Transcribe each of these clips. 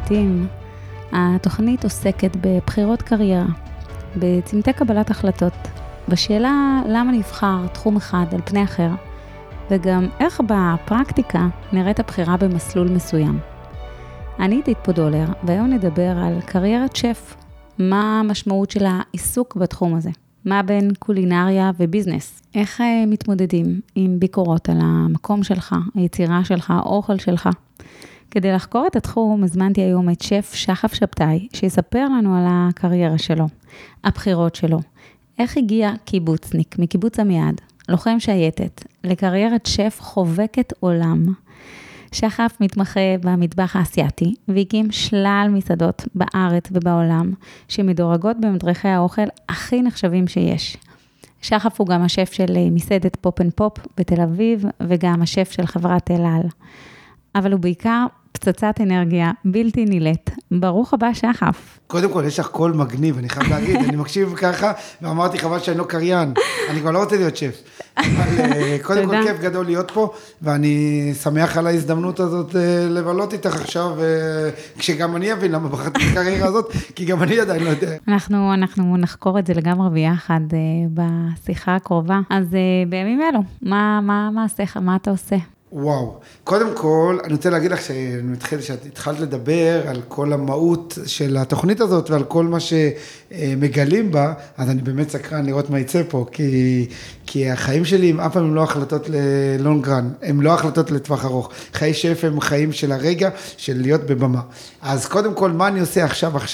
צמתים. התוכנית עוסקת בבחירות קריירה, בצמתי קבלת החלטות, בשאלה למה נבחר תחום אחד על פני אחר, וגם איך בפרקטיקה נראית הבחירה במסלול מסוים. אני עידית פודולר, והיום נדבר על קריירת שף, מה המשמעות של העיסוק בתחום הזה, מה בין קולינריה וביזנס, איך מתמודדים עם ביקורות על המקום שלך, היצירה שלך, האוכל שלך. כדי לחקור את התחום, הזמנתי היום את שף שחף שבתאי, שיספר לנו על הקריירה שלו, הבחירות שלו, איך הגיע קיבוצניק מקיבוץ עמיעד, לוחם שייטת, לקריירת שף חובקת עולם. שחף מתמחה במטבח האסייתי, והקים שלל מסעדות בארץ ובעולם, שמדורגות במדרכי האוכל הכי נחשבים שיש. שחף הוא גם השף של מסעדת פופ אנד פופ בתל אביב, וגם השף של חברת אל על. אבל הוא בעיקר פצצת אנרגיה בלתי נילאת. ברוך הבא, שחף. קודם כל, יש לך קול מגניב, אני חייב להגיד, אני מקשיב ככה, ואמרתי חבל שאני לא קריין, אני כבר לא רוצה להיות שף. אבל קודם כל, כיף גדול להיות פה, ואני שמח על ההזדמנות הזאת לבלות איתך עכשיו, כשגם אני אבין למה בחרתי את הקריירה הזאת, כי גם אני עדיין לא יודע. אנחנו נחקור את זה לגמרי ביחד בשיחה הקרובה. אז בימים אלו, מה עשיך, מה אתה עושה? וואו, קודם כל, אני רוצה להגיד לך שאת התחלת לדבר על כל המהות של התוכנית הזאת, ועל כל מה שמגלים בה, אז אני באמת סקרן לראות מה יצא פה, כי החיים שלי הם אף פעם הם לא החלטות ללונגרן, הם לא החלטות לטווח ארוך. חיי שף הם חיים של הרגע, של להיות בבמה. אז קודם כל, מה אני עושה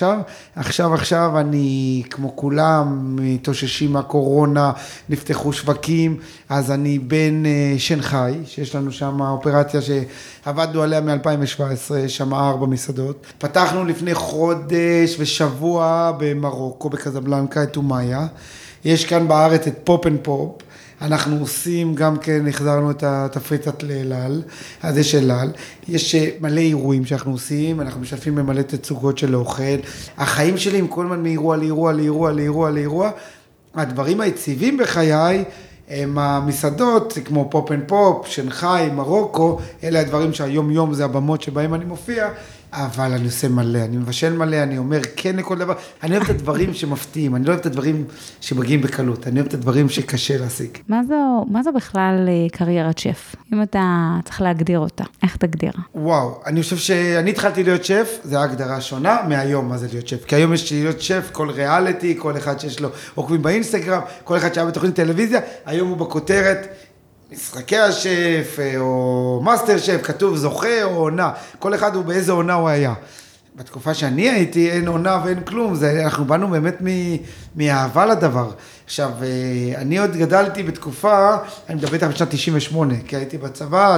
עכשיו אני, כמו כולם, מתאוששים מהקורונה, נפתחו שווקים, אז אני בין שנגחאי, שיש לנו שם האופרציה שעבדנו עליה מ-2017, שם 4 מסעדות. פתחנו לפני חודש ושבוע במרוקו, בקזבלנקה, את אומיה. יש כאן בארץ את פופ אנד פופ. אנחנו עושים גם כן, החזרנו את התפריטת לאל על, אז יש אל על. יש מלא אירועים שאנחנו עושים, אנחנו משתפים במלא תצוגות של אוכל. החיים שלי הם כל הזמן מאירוע לאירוע. הדברים היציבים בחיי, הם המסעדות, כמו פופ אנד פופ, שנגחאי, מרוקו, אלה הדברים שהיום יום זה הבמות שבהם אני מופיע, אבל אני עושה מלא, אני מבשל מלא, אני אומר כן לכל דבר, אני אוהב את הדברים שמפתיעים, אני לא אוהב את הדברים שמגיעים בקלות, אני אוהב את הדברים שקשה להשיג. מה זו בכלל קריירת שף? אם אתה צריך להגדיר אותה, איך תגדיר? וואו, אני חושב שאני התחלתי להיות שף, זו הגדרה שונה מהיום מה זה להיות שף, כי היום יש להיות שף, כל ריאליטי, כל אחד שיש לו עוקבים באינסטגרם, כל אחד שהיה בתוכנית טלוויזיה, היום הוא בכותרת, משחקי השף, או מאסטר שף, כתוב זוכה או עונה, כל אחד הוא באיזה עונה הוא היה. בתקופה שאני הייתי, אין עונה ואין כלום, אנחנו באנו באמת מאהבה לדבר. עכשיו, אני עוד גדלתי בתקופה, אני מדבר איתה בשנת 98, כי הייתי בצבא,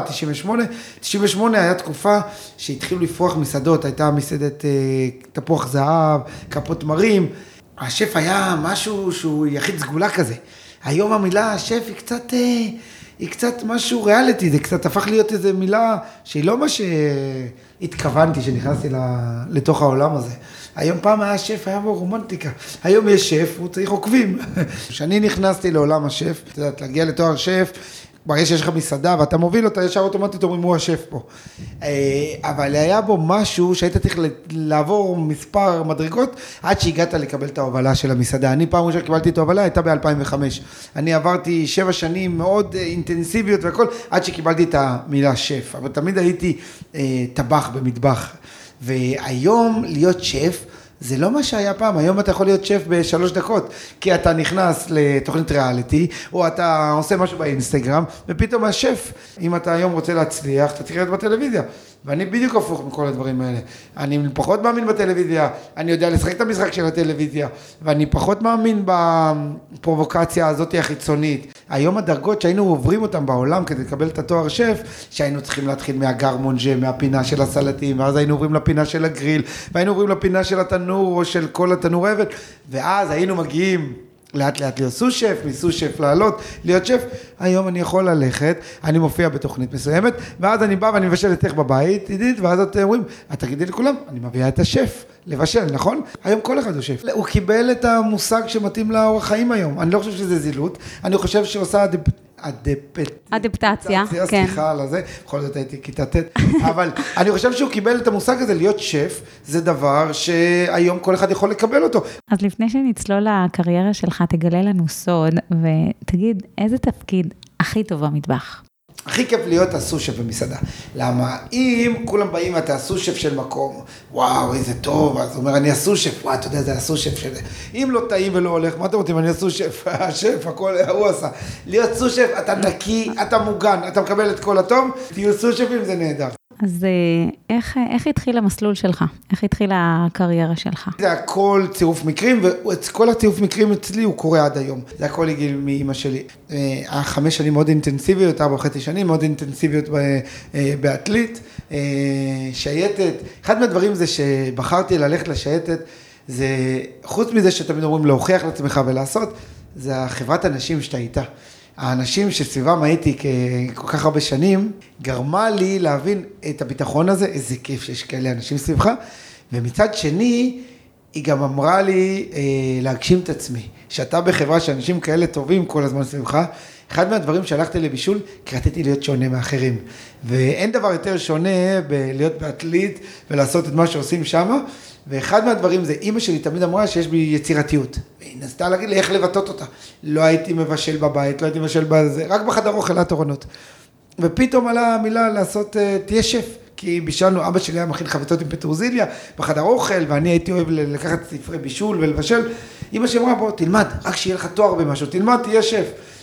98 היה תקופה שהתחילו לפרוח מסעדות, הייתה מסעדת תפוח זהב, כפות מרים, השף היה משהו שהוא יחיד סגולה כזה. היום המילה שף היא קצת משהו ריאליטי, זה קצת הפך להיות איזו מילה שהיא לא מה שהתכוונתי שנכנסתי לתוך העולם הזה. היום פעם היה שף, היה בו רומנטיקה. היום יש שף, הוא צריך עוקבים. כשאני נכנסתי לעולם השף, אתה יודעת, להגיע לתואר שף, ברגע שיש לך מסעדה ואתה מוביל אותה, ישר אוטומטית אומרים, הוא השף פה. אבל היה בו משהו שהיית צריך לעבור מספר מדרגות, עד שהגעת לקבל את ההובלה של המסעדה. אני פעם ראשונה קיבלתי את ההובלה, הייתה ב-2005. אני עברתי 7 שנים מאוד אינטנסיביות והכל, עד שקיבלתי את המילה שף. אבל תמיד הייתי טבח במטבח. והיום להיות שף, זה לא מה שהיה פעם, היום אתה יכול להיות שף ב3 דקות, כי אתה נכנס לתוכנית ריאליטי, או אתה עושה משהו באינסטגרם, ופתאום השף, אם אתה היום רוצה להצליח, אתה צריך להיות בטלוויזיה. ואני בדיוק הפוך מכל הדברים האלה. אני פחות מאמין בטלוויזיה, אני יודע לשחק את המשחק של הטלוויזיה, ואני פחות מאמין בפרובוקציה הזאת החיצונית. היום הדרגות שהיינו עוברים אותם בעולם כדי לקבל את התואר שף, שהיינו צריכים להתחיל מהגרמונג'ה, מהפינה של הסלטים, ואז היינו עוברים לפינה של הגריל, והיינו עוברים לפינה של התנור, או של כל התנור אבן, ואז היינו מגיעים לאט לאט להיות סו-שף, מסו-שף לעלות, להיות שף. היום אני יכול ללכת, אני מופיע בתוכנית מסוימת, ואז אני בא ואני מבשל אתך בבית, עידית, ואז אתם אומרים, את תגידי לכולם, אני מביאה את השף לבשל, נכון? היום כל אחד הוא שף. הוא קיבל את המושג שמתאים לאורח חיים היום. אני לא חושב שזה זילות, אני חושב שעושה אדפטציה, כן. סליחה על זה, בכל זאת הייתי כיתה ט', אבל אני חושב שהוא קיבל את המושג הזה, להיות שף, זה דבר שהיום כל אחד יכול לקבל אותו. אז לפני שנצלול לקריירה שלך, תגלה לנו סוד, ותגיד, איזה תפקיד הכי טוב במטבח? הכי כיף להיות הסושף במסעדה. למה? אם כולם באים ואתה הסושף של מקום, וואו, איזה טוב, אז הוא אומר, אני הסושף, וואו, אתה יודע, זה הסושף של... אם לא טעים ולא הולך, מה אתם רוצים? אני הסושף, השף, הכל, הוא עשה. להיות סושף, אתה נקי, אתה מוגן, אתה מקבל את כל הטוב, תהיו סושפים, זה נהדר. אז איך התחיל המסלול שלך? איך התחילה הקריירה שלך? זה הכל צירוף מקרים, וכל הצירוף מקרים אצלי הוא קורה עד היום. זה הכל הגיל מאמא שלי. 5 שנים מאוד אינטנסיביות, 4.5 שנים מאוד אינטנסיביות באתלית, שייטת. אחד מהדברים זה שבחרתי ללכת לשייטת, זה חוץ מזה שתמיד אומרים להוכיח לעצמך ולעשות, זה החברת אנשים שאתה איתה. האנשים שסביבם הייתי כל כך הרבה שנים, גרמה לי להבין את הביטחון הזה, איזה כיף שיש כאלה אנשים סביבך, ומצד שני, היא גם אמרה לי להגשים את עצמי, שאתה בחברה שאנשים כאלה טובים כל הזמן סביבך, אחד מהדברים שהלכתי לבישול, כי רציתי להיות שונה מאחרים, ואין דבר יותר שונה בלהיות באתלית ולעשות את מה שעושים שם, ואחד מהדברים זה, אמא שלי תמיד אמרה שיש בי יצירתיות, והיא נסתה להגיד לי איך לבטאות אותה. לא הייתי מבשל בבית, לא הייתי מבשל בזה, רק בחדר אוכל התורנות. ופתאום עלה המילה לעשות, תהיה שף, כי בישלנו, אבא שלי היה מכין חביתות עם פטרוזיליה בחדר אוכל, ואני הייתי אוהב לקחת ספרי בישול ולבשל. אמא שלי אמרה, בוא, תלמד, רק שיהיה לך תואר במשהו, תלמד, תהיה שף.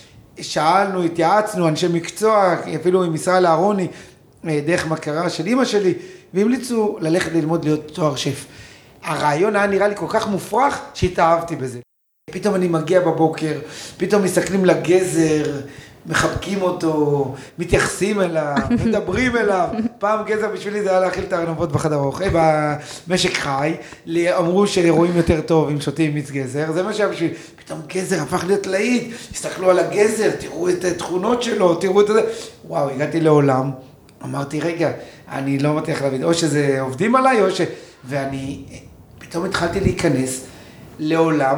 שאלנו, התייעצנו, אנשי מקצוע, אפילו עם ישראל אהרוני, דרך מכרה של אמא שלי, והמליצו ללכת ללמוד להיות תואר שף. הרעיון היה נראה לי כל כך מופרך שהתאהבתי בזה. פתאום אני מגיע בבוקר, פתאום מסתכלים לגזר, מחבקים אותו, מתייחסים אליו, מדברים אליו. פעם גזר בשבילי זה היה להאכיל את הארנבות בחדר אוכל, במשק חי, אמרו שרואים יותר טוב אם שותים מיץ גזר, זה מה שהיה בשבילי. פתאום גזר הפך להיות להיט, הסתכלו על הגזר, תראו את התכונות שלו, תראו את זה. וואו, הגעתי לעולם, אמרתי, רגע, אני לא מצליח להבין, או שזה עובדים עליי, או ש... ואני פתאום התחלתי להיכנס לעולם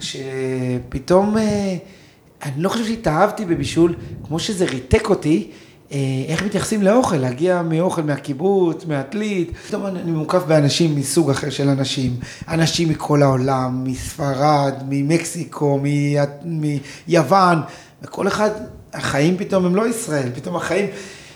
שפתאום, אני לא חושב שהתאהבתי בבישול, כמו שזה ריתק אותי, איך מתייחסים לאוכל, להגיע מאוכל, מהקיבוץ, מהאתלית. פתאום אני מוקף באנשים מסוג אחר של אנשים, אנשים מכל העולם, מספרד, ממקסיקו, מיוון, וכל אחד, החיים פתאום הם לא ישראל, פתאום החיים,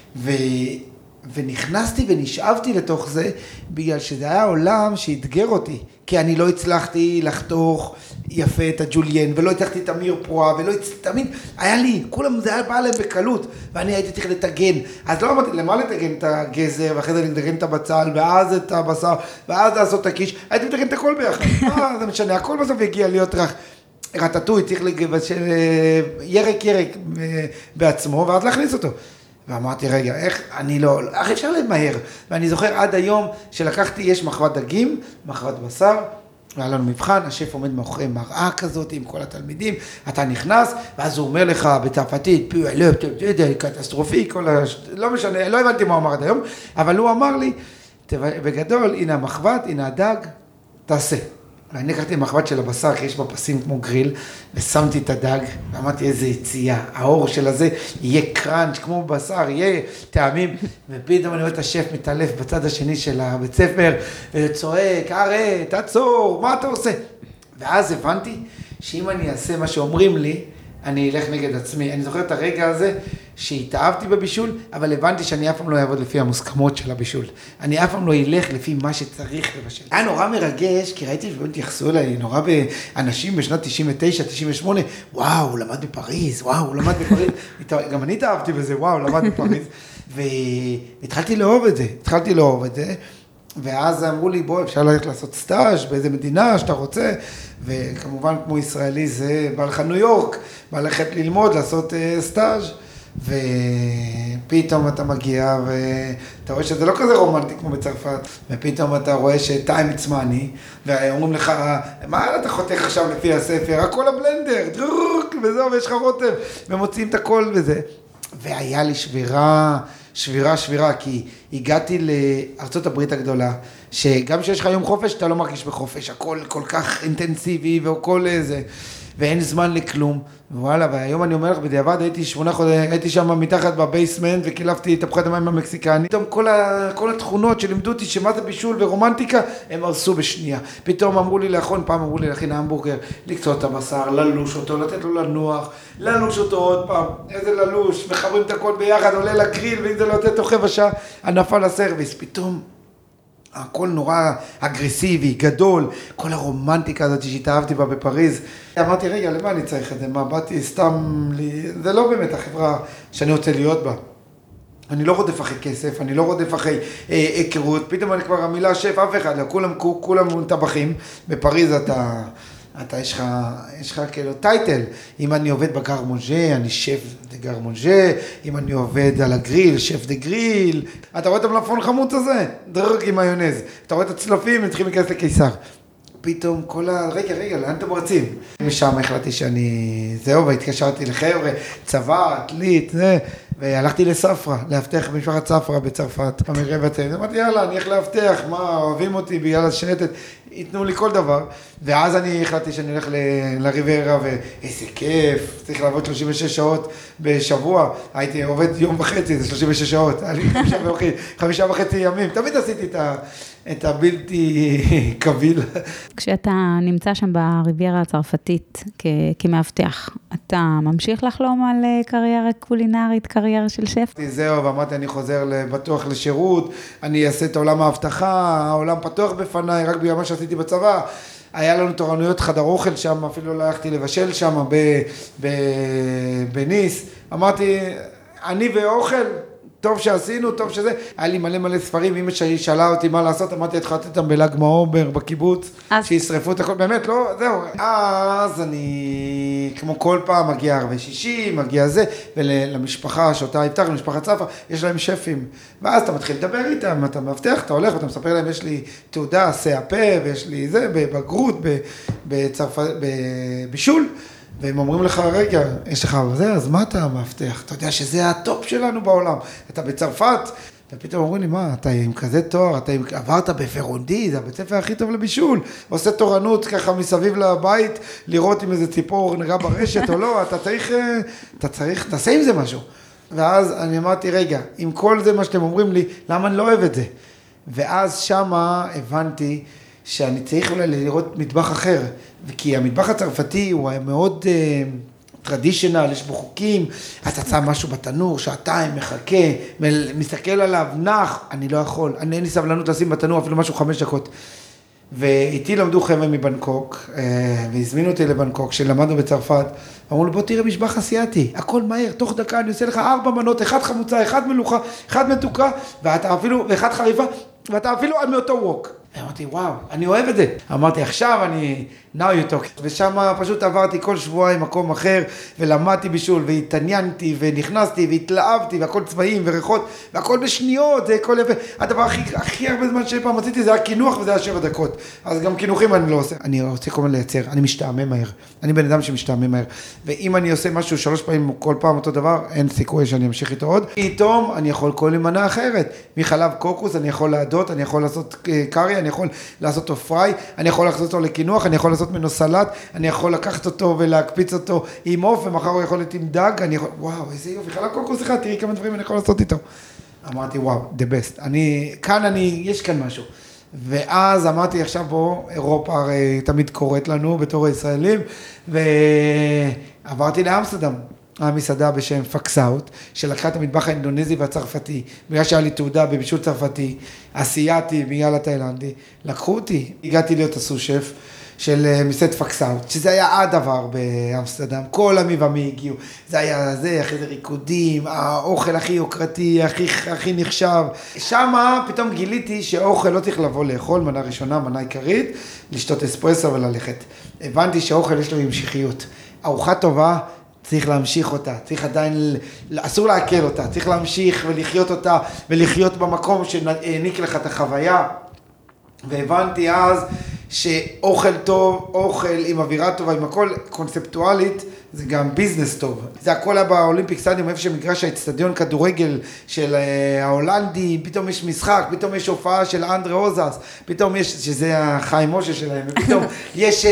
ונכנסתי ונשאבתי לתוך זה, בגלל שזה היה עולם שהתגר אותי, כי אני לא הצלחתי לחתוך יפה את הג'וליין, ולא הצלחתי את אמיר פרועה, תמיד היה לי, כולם זה היה בא להם בקלות, ואני הייתי צריך לתגן, אז לא אמרתי, למה לתגן את הגזר, ואחרי זה לתגן את הבצל, ואז את הבשר, ואז לעשות את הקיש, הייתי מתגן את הכל ביחד, זה משנה, הכל בסוף הגיע להיות רטטוי, צריך לבשל ירק בעצמו, ואז להכניס אותו. ואמרתי, רגע, איך אפשר למהר? ואני זוכר עד היום שלקחתי, יש מחבת דגים, מחבת בשר, והיה לנו מבחן, השף עומד מאחורי מראה כזאת עם כל התלמידים, אתה נכנס, ואז הוא אומר לך בצרפתית, קטסטרופי, לא משנה, לא הבנתי מה הוא אמר עד היום, אבל הוא אמר לי, בגדול, הנה המחבת, הנה הדג, תעשה. ואני לקחתי מחבת של הבשר, כי יש בה פסים כמו גריל, ושמתי את הדג, ואמרתי איזה יציאה, האור של הזה יהיה קראנץ' כמו בשר, יהיה טעמים, ופתאום אני רואה את השף מתעלף בצד השני של הבית ספר, וצועק, תעצור, מה אתה עושה? ואז הבנתי שאם אני אעשה מה שאומרים לי, אני אלך נגד עצמי. אני זוכר את הרגע הזה שהתאהבתי בבישול, אבל הבנתי שאני אף פעם לא אעבוד לפי המוסכמות של הבישול. אני אף פעם לא אלך לפי מה שצריך לבשל. היה נורא מרגש, כי ראיתי שבאמת התייחסו אליי, נורא באנשים בשנת 99, 98, וואו, הוא למד בפריז, וואו, הוא למד בפריז. גם אני התאהבתי בזה, וואו, הוא למד בפריז. והתחלתי לאהוב את זה, ואז אמרו לי, בוא, אפשר ללכת לעשות סטאז' באיזה מדינה שאתה רוצה, וכמובן כמו ישראלי זה בא לך ניו יורק, בא ללכת ללמוד, לעשות סטאז', ופתאום אתה מגיע, ואתה רואה שזה לא כזה רומנטי כמו בצרפת, ופתאום אתה רואה שטיים עצמני, ואומרים לך, מה אתה חותך עכשיו לפי הספר? הכל הבלנדר, וזהו, ויש לך רוטב, ומוציאים את הכל וזה. והיה לי שבירה, כי הגעתי לארצות הברית הגדולה, שגם שיש לך יום חופש, אתה לא מרגיש בחופש, הכל כל כך אינטנסיבי והכל זה. ואין זמן לכלום, וואלה, והיום אני אומר לך, בדיעבד הייתי 8 חודשים, הייתי שם מתחת בבייסמנט, וקילפתי את תפוחי המים המקסיקני, פתאום כל התכונות שלימדו אותי שמה זה בישול ורומנטיקה, הם הרסו בשנייה. פתאום אמרו לי לאחרון, פעם אמרו לי להכין המבורגר, לקצות את הבשר, ללוש אותו, לתת לו לנוח, ללוש אותו עוד פעם, איזה ללוש, מחברים את הכל ביחד, עולה לגריל, ואם זה לא לתת תוך רבע שעה, הנפה לסרוויס, פתאום הכל נורא אגרסיבי, גדול, כל הרומנטיקה הזאת שהתאהבתי בה בפריז. אמרתי, רגע, למה אני צריך את זה? מה, באתי סתם זה לא באמת החברה שאני רוצה להיות בה. אני לא רודף אחרי כסף, אני לא רודף אחרי היכרות, פתאום אני כבר המילה שף, אף אחד, כולם טבחים. בפריז יש לך כאילו טייטל, אם אני עובד בגר מונג'ה, אני שף דה גר מונג'ה, אם אני עובד על הגריל, שף דה גריל, אתה רואה את המלפון חמוץ הזה? דרג עם מיונז, אתה רואה את הצלפים, הם צריכים להיכנס לקיסר. פתאום רגע, לאן אתם רצים? משם החלטתי זהו, והתקשרתי לחבר'ה, צבא, עתלית, והלכתי לספרה, להבטח במשפחת ספרה בצרפת, במרבט, אמרתי, יאללה, אני איך להבטח, מה, אוהבים אותי בגלל השנתת, ייתנו לי כל דבר, ואז אני החלטתי שאני הולך לריברה, ואיזה כיף, צריך לעבוד 36 שעות בשבוע, הייתי עובד יום וחצי, זה 36 שעות, היה לי 5.5 ימים, תמיד עשיתי את הבלתי קביל. כשאתה נמצא שם בריביירה הצרפתית כמאבטח, אתה ממשיך לחלום על קריירה קולינרית, קריירה של שף? זהו, ואמרתי, אני חוזר בטוח לשירות, אני אעשה את עולם ההבטחה, העולם פתוח בפניי, רק בגלל מה שעשיתי בצבא. היה לנו תורנויות חדר אוכל שם, אפילו לא הלכתי לבשל שם בניס. אמרתי, אני ואוכל, טוב שעשינו, טוב שזה. היה לי מלא ספרים, אמא שלי שאלה אותי מה לעשות, אמרתי, התחלתי אותם בל"ג בעומר, בקיבוץ, שישרפו את הכל, באמת, לא, זהו. אז אני, כמו כל פעם, מגיע ערבי שישי, מגיע זה, ולמשפחה שאותה הבטח, למשפחת צפה, יש להם שפים. ואז אתה מתחיל לדבר איתם, אתה מבטח, אתה הולך, ואתה מספר להם, יש לי תעודה, סאפה, ויש לי זה, בבגרות, בבישול. והם אומרים לך, רגע, יש לך זה, אז מה אתה מבטח? אתה יודע שזה הטופ שלנו בעולם. אתה בצרפת, ופתאום אומרים לי, מה, אתה עם כזה תואר, אתה עברת בוורונדי, זה הבית ספר הכי טוב לבישול. עושה תורנות ככה מסביב לבית, לראות אם איזה ציפור נגע ברשת או לא, אתה צריך, תעשה עם זה משהו. ואז אני אמרתי, רגע, עם כל זה מה שאתם אומרים לי, למה אני לא אוהב את זה? ואז שמה הבנתי, שאני צריך אולי לראות מטבח אחר, כי המטבח הצרפתי הוא מאוד טרדישיונל, יש בו חוקים, אתה שם משהו בתנור, שעתיים, מחכה, מסתכל עליו, נח, אני לא יכול, אין לי סבלנות לשים בתנור אפילו משהו 5 דקות. ואיתי למדו חבר'ה מבנקוק, והזמינו אותי לבנקוק, שלמדנו בצרפת, אמרו לו, בוא תראה משבח אסיאתי, הכל מהר, תוך דקה אני עושה לך 4 מנות, 1 חמוצה, 1 מלוכה, 1 מתוקה, ו1 חריפה, ואתה אפילו על מאותו ווק. אמרתי, וואו, אני אוהב את זה. אמרתי, עכשיו אני, now you talk. ושם פשוט עברתי כל שבועיים מקום אחר, ולמדתי בישול, והתעניינתי, ונכנסתי, והתלהבתי, והכל צבעים וריחות, והכל בשניות, זה הכל יפה. הדבר הכי הרבה זמן שפעם עשיתי, זה היה קינוח, וזה היה 7 דקות. אז גם קינוחים אני לא עושה. אני רוצה כל מיני לייצר, אני משתעמם מהר. אני בן אדם שמשתעמם מהר. ואם אני עושה משהו 3 פעמים, כל פעם אותו דבר, אין סיכוי שאני אמשיך איתו עוד. פתאום אני יכול כל מנה אחרת. מחלב קוקוס, אני יכול לעדות, אני יכול לעשות קרי, אני יכול לעשות אותו פריי, אני יכול לעשות אותו לקינוח, אני יכול לעשות ממנו סלט, אני יכול לקחת אותו ולהקפיץ אותו עם עוף, ומחר הוא יכול להיות עם דג, אני יכול, וואו, איזה יופי, חלב קוקוס אחד, תראי כמה דברים אני יכול לעשות איתו. אמרתי, וואו, the best. יש כאן משהו. ואז אמרתי, עכשיו בוא, אירופה הרי תמיד קוראת לנו בתור הישראלים, ועברתי לאמסטרדם. המסעדה בשם פקסאוט, שלקחה את המטבח האינדונזי והצרפתי, בגלל שהיה לי תעודה בבישול צרפתי, אסיאתי, בגלל התאילנדי, לקחו אותי, הגעתי להיות הסו-שף של מסעדת פקסאוט, שזה היה הדבר באמסטרדם, כל עמי ומי הגיעו, זה היה זה, אחרי זה ריקודים, האוכל הכי יוקרתי, הכי נחשב, שמה פתאום גיליתי שאוכל לא צריך לבוא לאכול, מנה ראשונה, מנה עיקרית, לשתות אספרסו וללכת. הבנתי שאוכל יש לו המשכיות, ארוחה טובה, צריך להמשיך אותה, צריך עדיין, אסור להקל אותה, צריך להמשיך ולחיות אותה, ולחיות במקום שהעניק לך את החוויה. והבנתי אז שאוכל טוב, אוכל עם אווירה טובה, עם הכל קונספטואלית, זה גם ביזנס טוב. זה הכל היה באולימפיק סטדיום, איפה שמגרש האצטדיון כדורגל של ההולנדי, פתאום יש משחק, פתאום יש הופעה של אנדרה אוזס, פתאום יש, שזה החיים משה שלהם, ופתאום יש,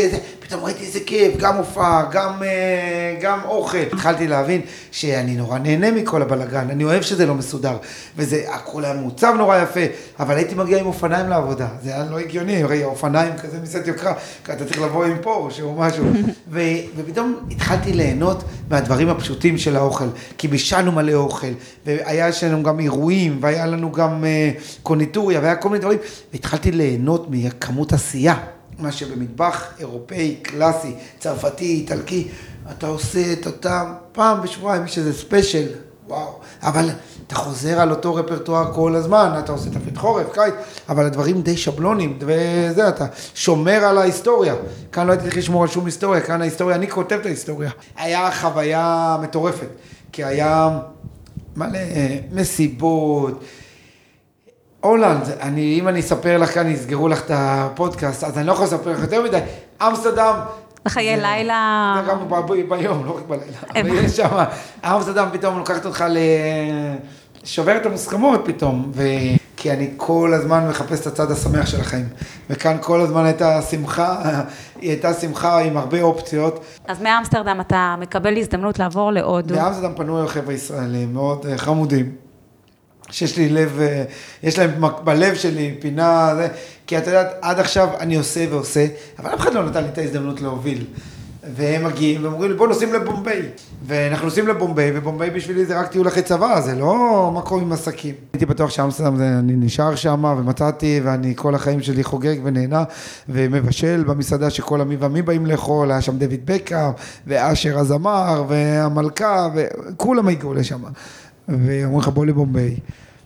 פתאום ראיתי איזה כיף, גם הופעה, גם אוכל. התחלתי להבין שאני נורא נהנה מכל הבלגן, אני אוהב שזה לא מסודר, וזה, הכל היה מוצב נורא יפה, אבל הייתי מגיע עם אופניים לעבודה, זה היה לא הגיוני, הרי אופניים כזה מסת יוקרה, כי אתה צריך לבוא עם פורש או משהו, ופתאום התחלתי ליהנות מהדברים הפשוטים של האוכל, כי בישלנו מלא אוכל, והיה לנו גם אירועים, והיה לנו גם קונדיטוריה, והיה כל מיני דברים, והתחלתי ליהנות מכמות עשייה, מה שבמטבח אירופאי, קלאסי, צרפתי, איטלקי, אתה עושה את אותם פעם בשבועיים, יש איזה ספיישל, וואו, אבל אתה חוזר על אותו רפרטואר כל הזמן, אתה עושה תפקיד חורף, קיץ, אבל הדברים די שבלונים, וזה, אתה שומר על ההיסטוריה. כאן לא הייתי צריך לשמור על שום היסטוריה, כאן ההיסטוריה, אני כותב את ההיסטוריה. היה חוויה מטורפת, כי היה מלא מסיבות, הולנד, אם אני אספר לך כאן, יסגרו לך את הפודקאסט, אז אני לא יכול לספר לך יותר מדי, אמסטרדם, בחיי לילה. זה גם ביום, לא רק בלילה. ויש שם, אמסטרדם פתאום לוקחת אותך שובר את המוסכמות פתאום, כי אני כל הזמן מחפש את הצד השמח של החיים. וכאן כל הזמן הייתה שמחה עם הרבה אופציות. אז מאמסטרדם אתה מקבל הזדמנות לעבור להודו. באמסטרדם פנו חבר'ה ישראלים, מאוד חמודים. שיש לי לב, יש להם בלב שלי פינה, כי אתה יודעת, עד עכשיו אני עושה ועושה, אבל אף אחד לא נתן לי את ההזדמנות להוביל. והם מגיעים ואומרים לי, בוא נוסעים לבומביי. ואנחנו נוסעים לבומביי, ובומביי בשבילי זה רק טיול אחרי צבא, זה לא מקום עם עסקים. הייתי בטוח שאמסטרדם, אני נשאר שם ומצאתי, ואני כל החיים שלי חוגג ונהנה, ומבשל במסעדה שכל המי ומי באים לאכול, היה שם דויד בקאם, ואשר הזמר, והמלכה, וכולם הגיעו לשם. ואומרים לך בוא לבומביי.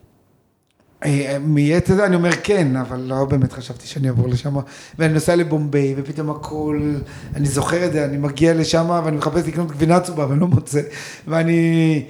מייעץ הזה אני אומר כן, אבל לא באמת חשבתי שאני אעבור לשם, ואני נוסע לבומביי, ופתאום הכל, אני זוכר את זה, אני מגיע לשם, ואני מחפש לקנות גבינה צהובה, ואני לא מוצא, ואני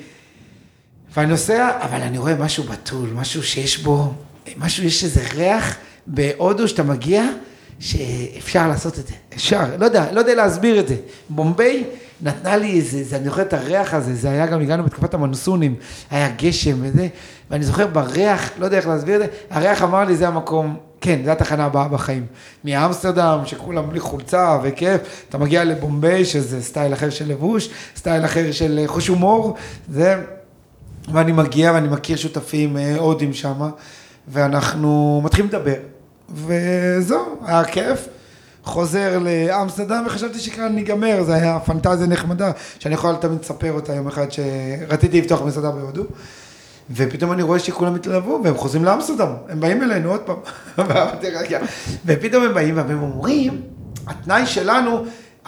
נוסע, אבל אני רואה משהו בתול, משהו שיש בו, יש איזה ריח בהודו שאתה מגיע, שאפשר לעשות את זה, אפשר, לא יודע להסביר את זה. בומביי נתנה לי איזה, אני זוכר את הריח הזה, זה היה גם, הגענו בתקופת המונסונים, היה גשם וזה, ואני זוכר בריח, לא יודע איך להסביר את זה, הריח אמר לי זה המקום, כן, זה התחנה הבאה בחיים. מאמסטרדם, שכולם בלי חולצה וכיף, אתה מגיע לבומביי, שזה סטייל אחר של לבוש, סטייל אחר של חוש הומור, זה, ואני מגיע ואני מכיר שותפים הודים שם, ואנחנו מתחילים לדבר, וזהו, היה כיף. חוזר לאמסטרדם וחשבתי שכאן ניגמר, זה היה פנטזיה נחמדה, שאני יכול תמיד לספר אותה יום אחד שרציתי לפתוח מסעדה בהודו, ופתאום אני רואה שכולם התלהבו, והם חוזרים לאמסטרדם, הם באים אלינו עוד פעם, ופתאום הם באים והם אומרים, התנאי שלנו,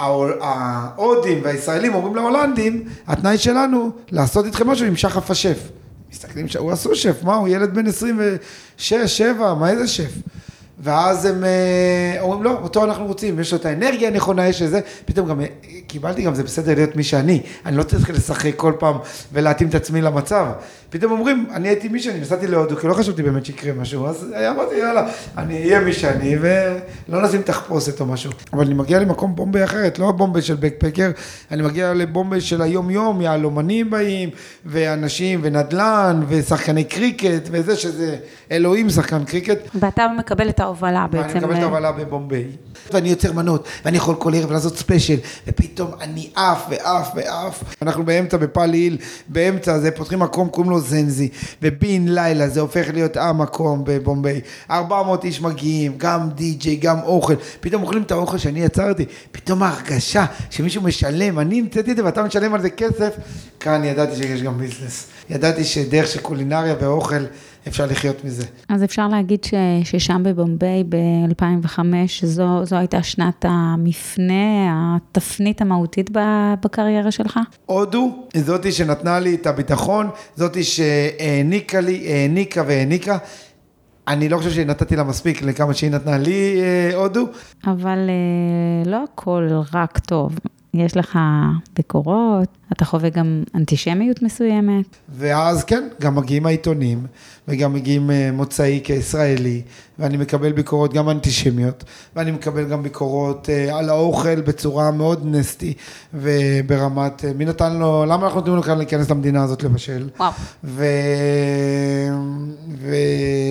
ההודים והישראלים אומרים להולנדים, התנאי שלנו לעשות איתכם משהו עם שחף השף. מסתכלים שהוא עשו שף, מה הוא ילד בן 26, 7, מה איזה שף? ואז הם אומרים, לא, אותו אנחנו רוצים, יש לו את האנרגיה הנכונה, יש איזה, פתאום גם קיבלתי גם, זה בסדר להיות מי שאני לא צריך לשחק כל פעם ולהתאים את עצמי למצב. פתאום אומרים, אני הייתי מי שאני, נסעתי להודו, כי לא חשבתי באמת שיקרה משהו, אז אמרתי, יאללה, אני אהיה מי שאני, ולא נשים תחפושת או משהו. אבל אני מגיע למקום בומביי אחרת, לא בומביי של בקפקר, אני מגיע לבומביי של היום-יום, יהלומנים באים, ואנשים, ונדלן, ושחקני קריקט, וזה שזה אלוהים שחקן קריקט. ואתה מקבל את ההובלה בעצם. ואני מקבל את ההובלה בבומביי. ואני יוצר מנות, ואני יכול כל ערב לעשות ספיישל, ופתאום אני עף. אנחנו באמצע בפאלי היל, באמצע זה פותחים מקום, קוראים לו זנזי, ובין לילה זה הופך להיות המקום בבומביי. 400 איש מגיעים, גם די-ג'יי, גם אוכל, פתאום אוכלים את האוכל שאני יצרתי, פתאום ההרגשה שמישהו משלם, אני המצאתי את זה ואתה משלם על זה כסף, כאן ידעתי שיש גם ביזנס. ידעתי שדרך של קולינריה ואוכל אפשר לחיות מזה. אז אפשר להגיד ששם בבומביי ב-2005, זו הייתה שנת המפנה, התפנית המהותית בקריירה שלך? הודו, זאתי שנתנה לי את הביטחון, זאתי שהעניקה לי, העניקה. אני לא חושב שנתתי לה מספיק לכמה שהיא נתנה לי הודו. אבל לא הכל רק טוב. יש לך ביקורות, אתה חווה גם אנטישמיות מסוימת. ואז כן, גם מגיעים העיתונים, וגם מגיעים מוצאי כישראלי, ואני מקבל ביקורות גם אנטישמיות, ואני מקבל גם ביקורות על האוכל בצורה מאוד נסטי, וברמת, מי נתן לו, למה אנחנו נותנים לו כאן להיכנס למדינה הזאת לבשל? וואו.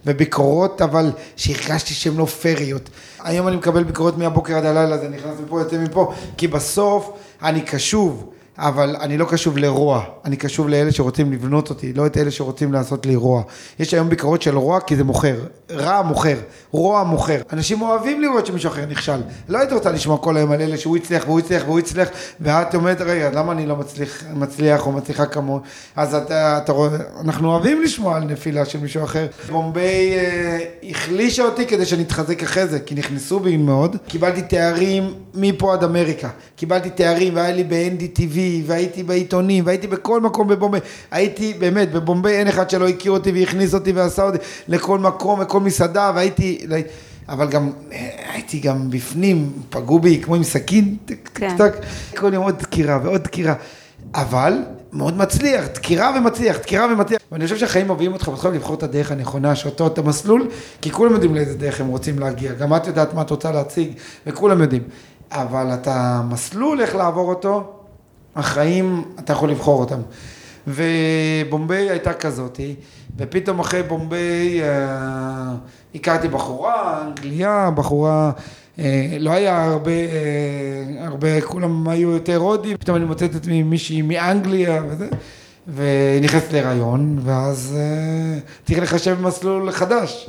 וביקורות, אבל שהרגשתי שהן לא פריות. היום אני מקבל ביקורות מהבוקר עד הלילה, זה נכנס מפה, יוצא מפה, כי בסוף אני קשוב, אבל אני לא קשוב לרוע, אני קשוב לאלה שרוצים לבנות אותי, לא את אלה שרוצים לעשות לי רוע. יש היום ביקורות של רוע כי זה מוכר, רע מוכר, רוע מוכר. אנשים אוהבים לראות שמישהו אחר נכשל. לא היית רוצה לשמוע כל היום על אלה שהוא יצליח והוא יצליח והוא יצליח, ואת אומרת, רגע, למה אני לא מצליח או מצליחה כמו? אז אתה רואה, אנחנו אוהבים לשמוע על נפילה של מישהו אחר. בומביי החלישה אותי כדי שאני אתחזק אחרי זה, כי נכנסו בי מאוד. קיבלתי תארים מפה עד אמריקה. קיבלתי תארים והיה לי ב-NDTV, והייתי בעיתונים, והייתי בכל מקום בבומביי. הייתי באמת, בבומביי אין אחד שלא הכיר אותי והכניס אותי ועשה אותי לכל מקום, לכל מסעדה, והייתי, אבל גם, הייתי גם בפנים, פגעו בי כמו עם סכין, טק, כל יום עוד דקירה ועוד דקירה. אבל מאוד מצליח, דקירה ומצליח. ואני חושב שהחיים מביאים אותך בתחילה לבחור את הדרך הנכונה, שאותו את המסלול, כי כולם יודעים לאיזה דרך הם רוצים להגיע. גם את יודעת מה את רוצה להציג, וכולם יודעים. אבל אתה מסלול איך לעבור אותו, החיים, אתה יכול לבחור אותם. ובומביי הייתה כזאת, ופתאום אחרי בומביי הכרתי בחורה, אנגליה, בחורה, לא היה הרבה, כולם היו יותר הודים, פתאום אני מוצאת את מישהי מאנגליה וזה, ונכנסת להיריון, ואז צריך לחשב מסלול חדש.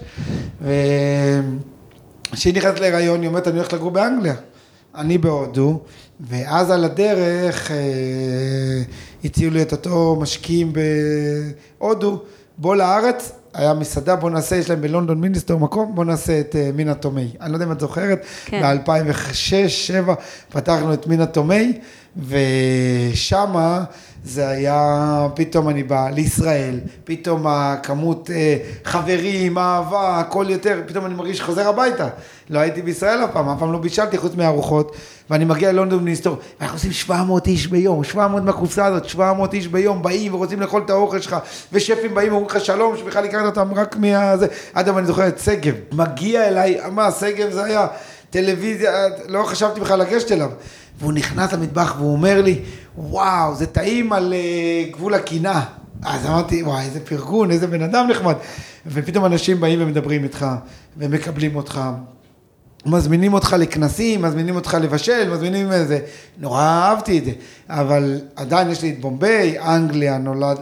וכשהיא נכנסת להיריון, היא אומרת, אני הולכת לגור באנגליה. אני בהודו, ואז על הדרך הציעו לי את אותו משקיעים בהודו, בוא לארץ, היה מסעדה, בוא נעשה, יש להם בלונדון מיניסטר מקום, בוא נעשה את מינה תומי. אני לא יודע אם את זוכרת, ב-2006-2007 פתחנו את מינה תומי, ושמה זה היה, פתאום אני בא לישראל, פתאום הכמות חברים, אהבה, הכל יותר, פתאום אני מרגיש שחוזר הביתה. לא הייתי בישראל אף פעם לא בישלתי חוץ מהארוחות, ואני מגיע ללונדון מיניסטר, אנחנו עושים 700 איש ביום, 700 מהקופסה הזאת, 700 איש ביום, באים ורוצים לאכול את האוכל שלך, ושפים באים ואומרים לך שלום, שבכלל הכרת אותם רק מהזה, עד אבל אני זוכר את סגב, מגיע אליי, מה, סגב זה היה טלוויזיה, לא חשבתי בכלל לגשת אליו, והוא נכנס למטבח והוא אומר לי, וואו, זה טעים על גבול הקינה. אז אמרתי, וואי, איזה פרגון, איזה בן אדם נחמד. ופתאום אנשים באים ומדברים איתך, ומקבלים אותך, מזמינים אותך לכנסים, מזמינים אותך לבשל, מזמינים איזה, נורא אהבתי את זה. אבל עדיין יש לי את בומביי, אנגליה,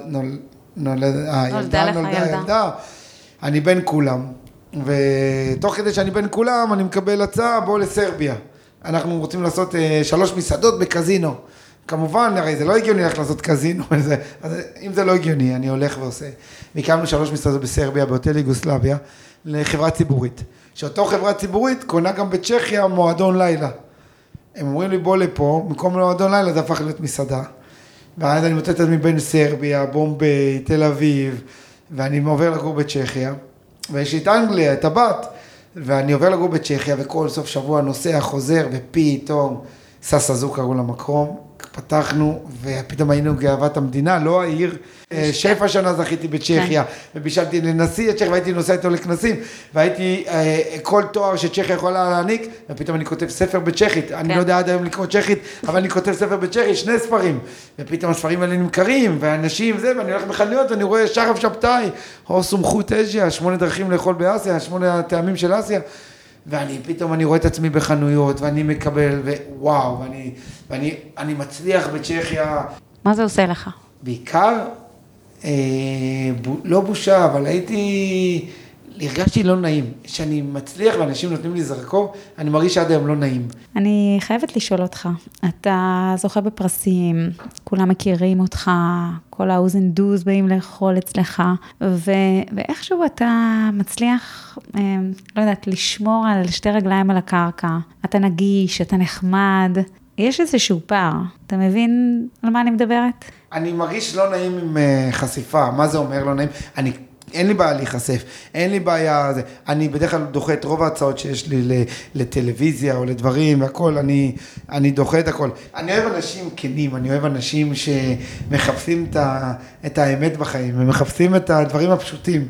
ילדה. אני בין כולם. ותוך כדי שאני בין כולם, אני מקבל הצעה, בוא לסרביה. אנחנו רוצים לעשות 3 מסעדות בקזינו. כמובן, הרי זה לא הגיוני איך לעשות קזינו, אז אם זה לא הגיוני, אני הולך ועושה. והקמנו 3 מסעדות בסרביה, בהוטל יוגוסלביה, לחברה ציבורית. שאותו חברה ציבורית קונה גם בצ'כיה מועדון לילה. הם אומרים לי, בוא לפה, מקום מועדון לילה זה הפך להיות מסעדה. ואז אני מוצאת את עצמי בין סרביה, בומביי, תל אביב, ואני עובר לגור בצ'כיה, ויש לי את אנגליה, את הבת, ואני עובר לגור בצ'כיה, וכל סוף שבוע נוסע, חוזר, ופתאום ססזו קראו למקום, פתחנו, ופתאום היינו גאוות המדינה, לא העיר, שפע שנה זכיתי בצ'כיה, ובישלתי לנשיא הצ'כיה, והייתי נוסע איתו לכנסים, והייתי כל תואר שצ'כיה יכולה להעניק, ופתאום אני כותב ספר בצ'כית, אני לא יודע עד היום לקרוא צ'כית, אבל אני כותב ספר בצ'כית, 2 ספרים, ופתאום הספרים האלה נמכרים, ואנשים זה, ואני הולך בחנויות, ואני רואה שרף שבתאי, או סומכות אסיה, 8 דרכים לאכול באסיה, 8 הטעמים של אסיה, ואני פתאום אני רואה את עצמי בחנויות, ואני מקבל, ווואו, ואני מצליח בצ'כיה. מה זה עושה לך? בעיקר, לא בושה, אבל הרגשתי לא נעים. שאני מצליח ואנשים נותנים לי זרקור, אני מרגיש שעד היום לא נעים. אני חייבת לשאול אותך, אתה זוכה בפרסים, כולם מכירים אותך, כל האוזן דוז באים לאכול אצלך, ואיכשהו אתה מצליח, לא יודעת, לשמור על 2 רגליים על הקרקע, אתה נגיש, אתה נחמד, יש איזשהו פער, אתה מבין על מה אני מדברת? אני מרגיש לא נעים עם חשיפה, מה זה אומר לא נעים? אין לי בעיה להיחשף, אין לי בעיה, אני בדרך כלל דוחה את רוב ההצעות שיש לי לטלוויזיה או לדברים והכל, אני דוחה את הכל. אני אוהב אנשים כנים, אני אוהב אנשים שמחפשים את האמת בחיים, ומחפשים את הדברים הפשוטים,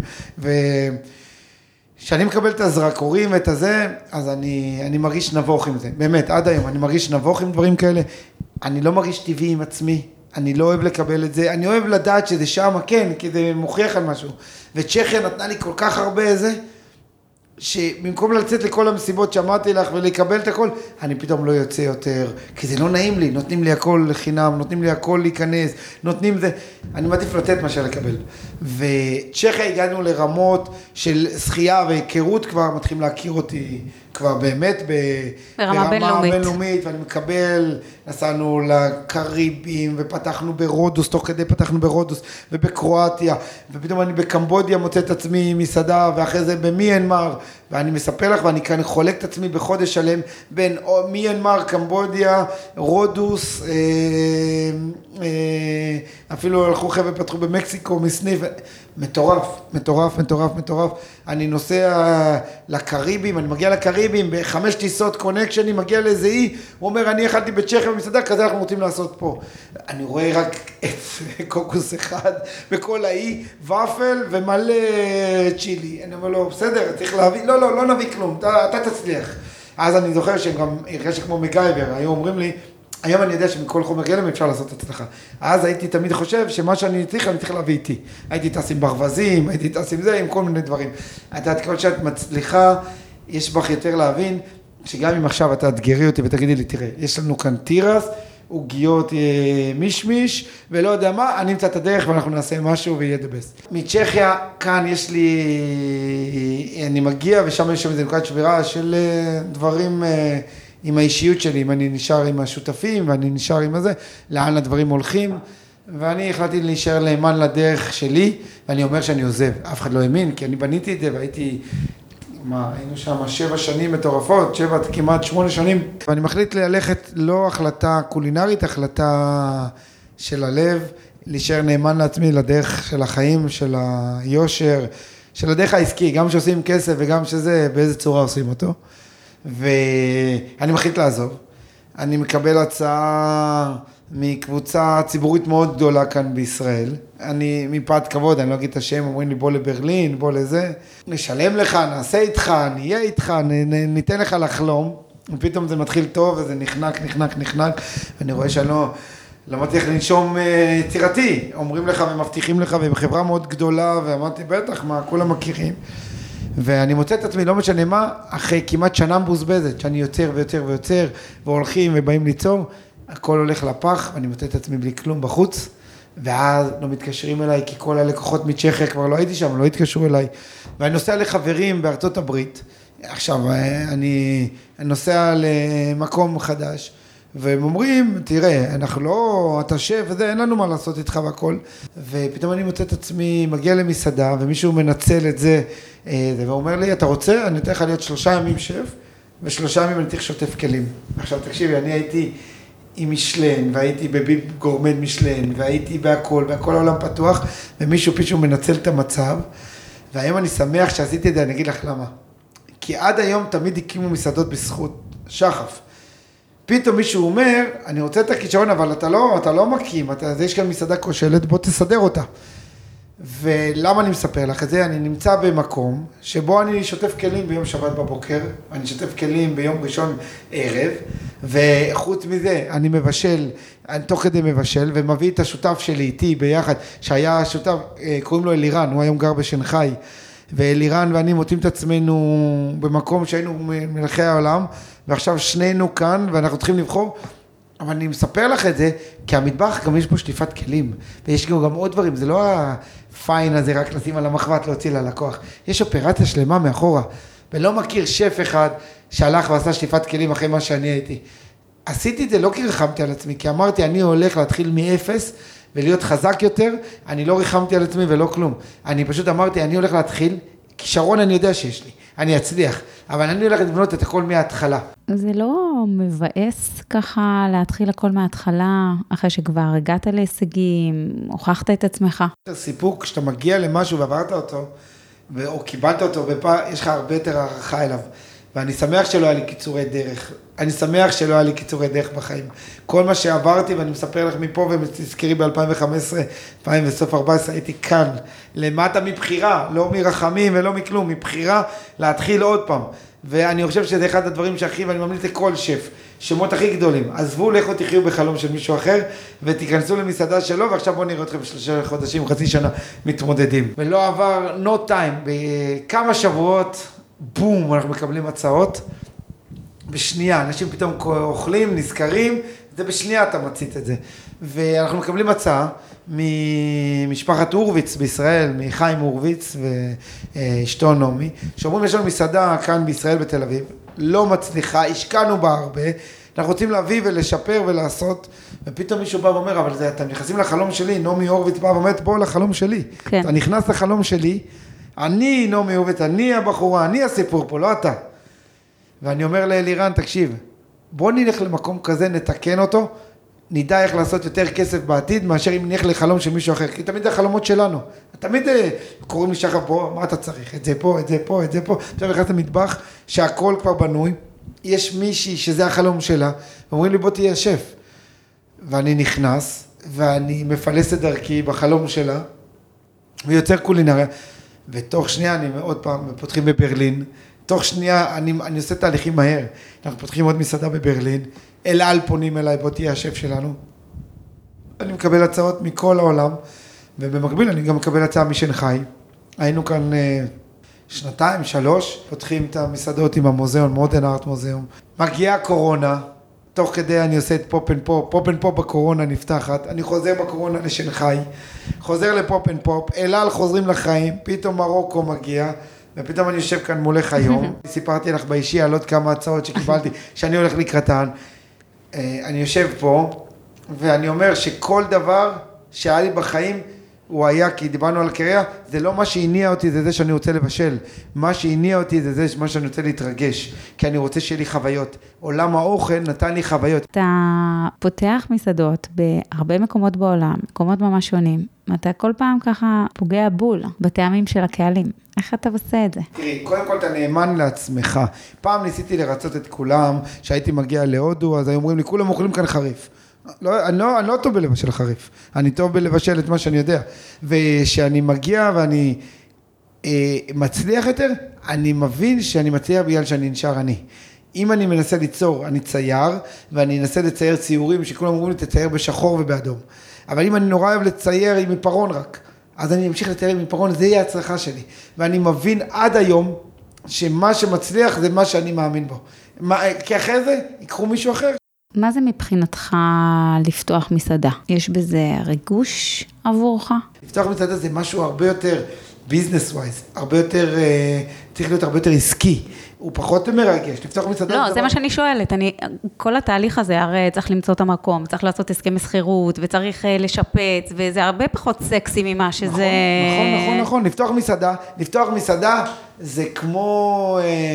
כשאני מקבל את הזרקורים ואת הזה, אז אני מרגיש נבוך עם זה, באמת, עד היום, אני מרגיש נבוך עם דברים כאלה, אני לא מרגיש טבעי עם עצמי, אני לא אוהב לקבל את זה, אני אוהב לדעת שזה שם, כן, כי זה מוכיח על משהו. וצ'כיה נתנה לי כל כך הרבה איזה, שבמקום לצאת לכל המסיבות שאמרתי לך ולקבל את הכל, אני פתאום לא יוצא יותר, כי זה לא נעים לי, נותנים לי הכל לחינם, נותנים לי הכל להיכנס, נותנים זה, אני מעדיף לתת מאשר לקבל. וצ'כיה הגענו לרמות של שחייה והיכרות, כבר מתחילים להכיר אותי כבר באמת ברמה בינלאומית, ואני מקבל, נסענו לקריבים, ופתחנו ברודוס, תוך כדי פתחנו ברודוס, ובקרואטיה, ופתאום אני בקמבודיה מוצא את עצמי מסעדה, ואחרי זה במיינמר, ואני מספר לך, ואני כאן חולק את עצמי בחודש שלם, בין מיינמר, קמבודיה, רודוס, אפילו הלכו חבר'ה פתחו במקסיקו, מסניף, מטורף, מטורף, מטורף, מטורף. אני נוסע לקריבים, אני מגיע לקריבים, ב5 טיסות קונקשנים, מגיע לאיזה אי, הוא אומר, אני אכלתי בצ'כיה במסעדה, כזה אנחנו רוצים לעשות פה. אני רואה רק את קוקוס אחד, בכל האי, ופל ומלא צ'ילי. אני אומר לו, בסדר, צריך להביא, לא נביא כלום, אתה תצליח. אז אני זוכר שהם גם הרגשתי כמו מגייבר, היו אומרים לי, היום אני יודע שמכל חומר גלם אפשר לעשות הצלחה. אז הייתי תמיד חושב שמה שאני צריך להביא איתי. הייתי טס עם ברווזים, הייתי טס עם זה, עם כל מיני דברים. אתה כל שאת מצליחה, יש בך יותר להבין, שגם אם עכשיו אתה תגרי אותי ותגידי לי, תראה, יש לנו כאן תירס, עוגיות מישמיש, ולא יודע מה, אני אמצא את הדרך ואנחנו נעשה משהו ויהיה the best. מצ'כיה, כאן יש לי, אני מגיע ושם יש שם איזה נקודת שבירה של דברים עם האישיות שלי, אם אני נשאר עם השותפים ואני נשאר עם הזה, לאן הדברים הולכים, ואני החלטתי להישאר נאמן לדרך שלי, ואני אומר שאני עוזב, אף אחד לא האמין, כי אני בניתי את זה והייתי, היינו שם 7 שנים מטורפות, כמעט 8 שנים, ואני מחליט ללכת לא החלטה קולינרית, החלטה של הלב, להישאר נאמן לעצמי לדרך של החיים, של היושר, של הדרך העסקי, גם שעושים כסף וגם שזה, באיזה צורה עושים אותו. ואני מחליט לעזוב. אני מקבל הצעה מקבוצה ציבורית מאוד גדולה כאן בישראל. אני מפאת כבוד, אני לא אגיד את השם, אומרים לי בוא לברלין, בוא לזה. נשלם לך, נעשה איתך, נהיה איתך, ניתן לך לחלום. ופתאום זה מתחיל טוב וזה נחנק. ואני רואה שאני לא מצליח לנשום יצירתי. אומרים לך ומבטיחים לך, והם חברה מאוד גדולה, ואמרתי בטח, מה, כולם מכירים. ואני מוצא את עצמי, לא משנה מה, אחרי כמעט שנה מבוזבזת, שאני יוצר ויוצר, והולכים ובאים ליצור, הכל הולך לפח, ואני מוצא את עצמי בלי כלום בחוץ, ואז לא מתקשרים אליי, כי כל הלקוחות מצ'כיה כבר לא הייתי שם, לא התקשרו אליי, ואני נוסע לחברים בארצות הברית, עכשיו אני נוסע למקום חדש, והם אומרים, תראה, אנחנו לא, אתה שף וזה, אין לנו מה לעשות איתך והכל, ופתאום אני מוצא את עצמי, מגיע למסעדה, ומישהו מנצל את זה, ואומר לי, אתה רוצה? אני אתן לך להיות 3 ימים שף, ו3 ימים אני צריך שוטף כלים. עכשיו תקשיבי, אני הייתי עם משלן, והייתי בביב גורמד משלן, והייתי בהכל, והכל העולם פתוח, ומישהו פתאום מנצל את המצב, והיום אני שמח שעשיתי את זה, אני אגיד לך למה. כי עד היום תמיד הקימו מסעדות בזכות שחף. פתאום מישהו אומר, אני רוצה את הכישרון, אבל אתה לא מקים, יש כאן מסעדה כושלת, בוא תסדר אותה. ולמה אני מספר לך את זה? אני נמצא במקום שבו אני שוטף כלים ביום שבת בבוקר, אני שוטף כלים ביום ראשון ערב, וחוץ מזה אני מבשל, אני תוך כדי מבשל, ומביא את השותף שלי איתי ביחד, שהיה שותף, קוראים לו אלירן, הוא היום גר בשנחאי, ואלירן ואני מוצאים את עצמנו במקום שהיינו מלכי העולם, ועכשיו שנינו כאן, ואנחנו צריכים לבחור, אבל אני מספר לך את זה, כי המטבח גם יש פה שטיפת כלים, ויש גם עוד דברים, זה לא הפיין הזה רק לשים על המחבת להוציא ללקוח, יש אופרציה שלמה מאחורה, ולא מכיר שף אחד שהלך ועשה שטיפת כלים אחרי מה שאני הייתי. עשיתי את זה לא כי רחמתי על עצמי, כי אמרתי אני הולך להתחיל מאפס, ולהיות חזק יותר, אני לא ריחמתי על עצמי ולא כלום, אני פשוט אמרתי אני הולך להתחיל, כישרון אני יודע שיש לי, אני אצליח, אבל אני הולך לבנות את הכל מההתחלה. זה לא מבאס ככה להתחיל הכל מההתחלה, אחרי שכבר הגעת להישגים, הוכחת את עצמך? סיפוק, כשאתה מגיע למשהו ועברת אותו, או קיבלת אותו, יש לך הרבה יותר הערכה אליו, ואני שמח שלא היה לי קיצורי דרך, אני שמח שלא היה לי קיצורי דרך בחיים. כל מה שעברתי, ואני מספר לך מפה, ותזכרי ב-2015, 2014, הייתי כאן, למטה מבחירה, לא מרחמים ולא מכלום, מבחירה להתחיל עוד פעם. ואני חושב שזה אחד הדברים שהכי, ואני ממליץ לכל שף, שמות הכי גדולים, עזבו, לכו תחיו בחלום של מישהו אחר, ותיכנסו למסעדה שלו, ועכשיו בואו נראה אתכם 3 חודשים, חצי שנה מתמודדים. ולא עבר no time, בכמה שבועות, בום, אנחנו מקבלים הצעות, בשנייה, אנשים פתאום אוכלים, נזכרים, זה בשנייה אתה מצית את זה. ואנחנו מקבלים הצעה ממשפחת אורוויץ בישראל, מחיים אורוויץ ואשתו נעמי, שאומרים יש לנו מסעדה כאן בישראל בתל אביב, לא מצליחה, השקענו בה הרבה, אנחנו רוצים להביא ולשפר ולעשות, ופתאום מישהו בא ואומר, אבל אתם נכנסים לחלום שלי, נעמי אורוויץ בא ואומרת, בוא לחלום שלי, כן. אתה נכנס לחלום שלי, אני נעמי אורוויץ, אני הבחורה, אני הסיפור פה, לא אתה. ואני אומר לאלירן, תקשיב, בוא נלך למקום כזה, נתקן אותו, נדע איך לעשות יותר כסף בעתיד, מאשר אם נלך לחלום של מישהו אחר, כי תמיד זה החלומות שלנו. תמיד קוראים לי שחר פה, מה אתה צריך? את זה פה, את זה פה, את זה פה. עכשיו נכנס למטבח, שהכל כבר בנוי, יש מישהי שזה החלום שלה, ואומרים לי בוא תהיה שף. ואני נכנס, ואני מפלס את דרכי בחלום שלה, ויוצר קולינריה, ותוך שנייה אני עוד פעם פותחים בברלין, תוך שנייה אני עושה תהליכים מהר, אנחנו פותחים עוד מסעדה בברלין, אל על פונים אליי, בוא תהיה השף שלנו, אני מקבל הצעות מכל העולם, ובמקביל אני גם מקבל הצעה משנגחאי, היינו כאן 2-3, פותחים את המסעדות עם המוזיאון, מודרן ארט מוזיאון, מגיעה קורונה, תוך כדי אני עושה את פופ אנד פופ, פופ אנד פופ בקורונה נפתחת, אני חוזר בקורונה לשנגחאי, חוזר לפופ אנד פופ, אל על חוזרים לחיים, פתאום מרוקו מגיע, ופתאום אני יושב כאן מולך היום, סיפרתי לך באישי על עוד כמה הצעות שקיבלתי, שאני הולך לקראתן, אני יושב פה, ואני אומר שכל דבר שהיה לי בחיים, הוא היה, כי דיברנו על הקריירה, זה לא מה שהניע אותי, זה זה שאני רוצה לבשל, מה שהניע אותי זה מה שאני רוצה להתרגש, כי אני רוצה שיהיה לי חוויות, עולם האוכל נתן לי חוויות. אתה פותח מסעדות בהרבה מקומות בעולם, מקומות ממש שונים, אתה כל פעם ככה פוגע בול בטעמים של הקהלים. איך אתה עושה את זה? תראי, קודם כל אתה נאמן לעצמך. פעם ניסיתי לרצות את כולם, שהייתי מגיע להודו, אז היו אומרים לי, כולם אוכלים כאן חריף. אני לא טוב בלבשל חריף, אני טוב בלבשל את מה שאני יודע. ושאני מגיע ואני מצליח יותר, אני מבין שאני מצליח בגלל שאני נשאר אני. אם אני מנסה ליצור, אני צייר, ואני אנסה לצייר ציורים שכולם אומרים לי, תצייר בשחור ובאדום. אבל אם אני נורא אוהב לצייר עם עיפרון רק, אז אני אמשיך לצייר עם עיפרון, זה יהיה הצלחה שלי. ואני מבין עד היום, שמה שמצליח זה מה שאני מאמין בו. כי אחרי זה, ייקחו מישהו אחר. מה זה מבחינתך לפתוח מסעדה? יש בזה ריגוש עבורך? לפתוח מסעדה זה משהו הרבה יותר business wise, הרבה יותר, צריך להיות הרבה יותר עסקי. הוא פחות מרגש, לפתוח מסעדה. לא, זה מה שאני שואלת. כל התהליך הזה, הרי צריך למצוא את המקום, צריך לעשות הסכם מסחירות, וצריך לשפץ, וזה הרבה פחות סקסי ממה שזה... נכון. לפתוח מסעדה זה כמו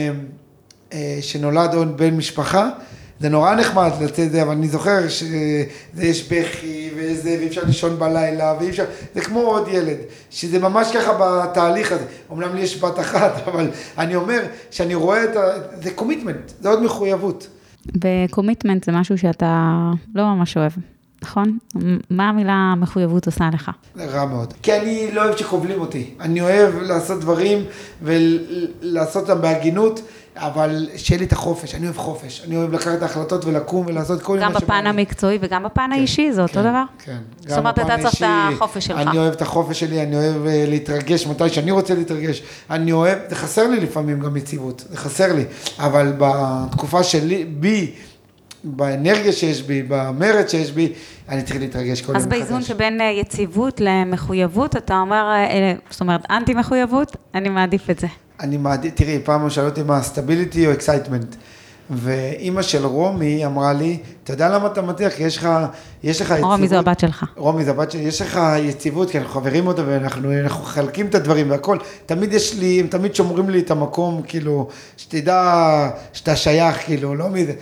שנולד עוד בן משפחה, זה נורא נחמד לצאת זה, אבל אני זוכר שיש בכי וזה, ואי אפשר לישון בלילה, ואי אפשר, זה כמו עוד ילד, שזה ממש ככה בתהליך הזה. אומנם לי יש בת אחת, אבל אני אומר שאני רואה זה קומיטמנט, זה עוד מחויבות. וקומיטמנט זה משהו שאתה לא ממש אוהב, נכון? מה המילה מחויבות עושה לך? זה רע מאוד. כי אני לא אוהב שכובלים אותי. אני אוהב לעשות דברים ולעשות אותם בהגינות, אבל שיהיה לי את החופש, אני אוהב חופש, אני אוהב לקחת את ההחלטות ולקום ולעשות כל גם בפן המקצועי וגם בפן האישי, זה אותו דבר? כן. זאת אומרת, אתה צריך את החופש שלך. אני אוהב את החופש שלי, אני אוהב להתרגש מתי שאני רוצה להתרגש, אני אוהב, זה חסר לי לפעמים גם יציבות, זה חסר לי, אבל בתקופה שלי, באנרגיה שיש בי, במרד שיש בי, אני צריך להתרגש כל יום מחדש. אז באיזון שבין יציבות למחויבות, אתה אומר, זאת אומרת, אנטי מחויבות, אני מעדיף את זה. אני מעדיף, תראי, פעם שאלו אותי מה, סטביליטי או אקסייטמנט, ואימא של רומי אמרה לי, אתה יודע למה אתה מצליח? כי יש לך יציבות. רומי זו הבת שלך. רומי זו הבת שלי, יש לך יציבות, כי אנחנו חברים אותה, ואנחנו חלקים את הדברים והכל. תמיד הם תמיד שומרים לי את המקום, כאילו, שתדע שאתה שייך, כאילו, לא מזה.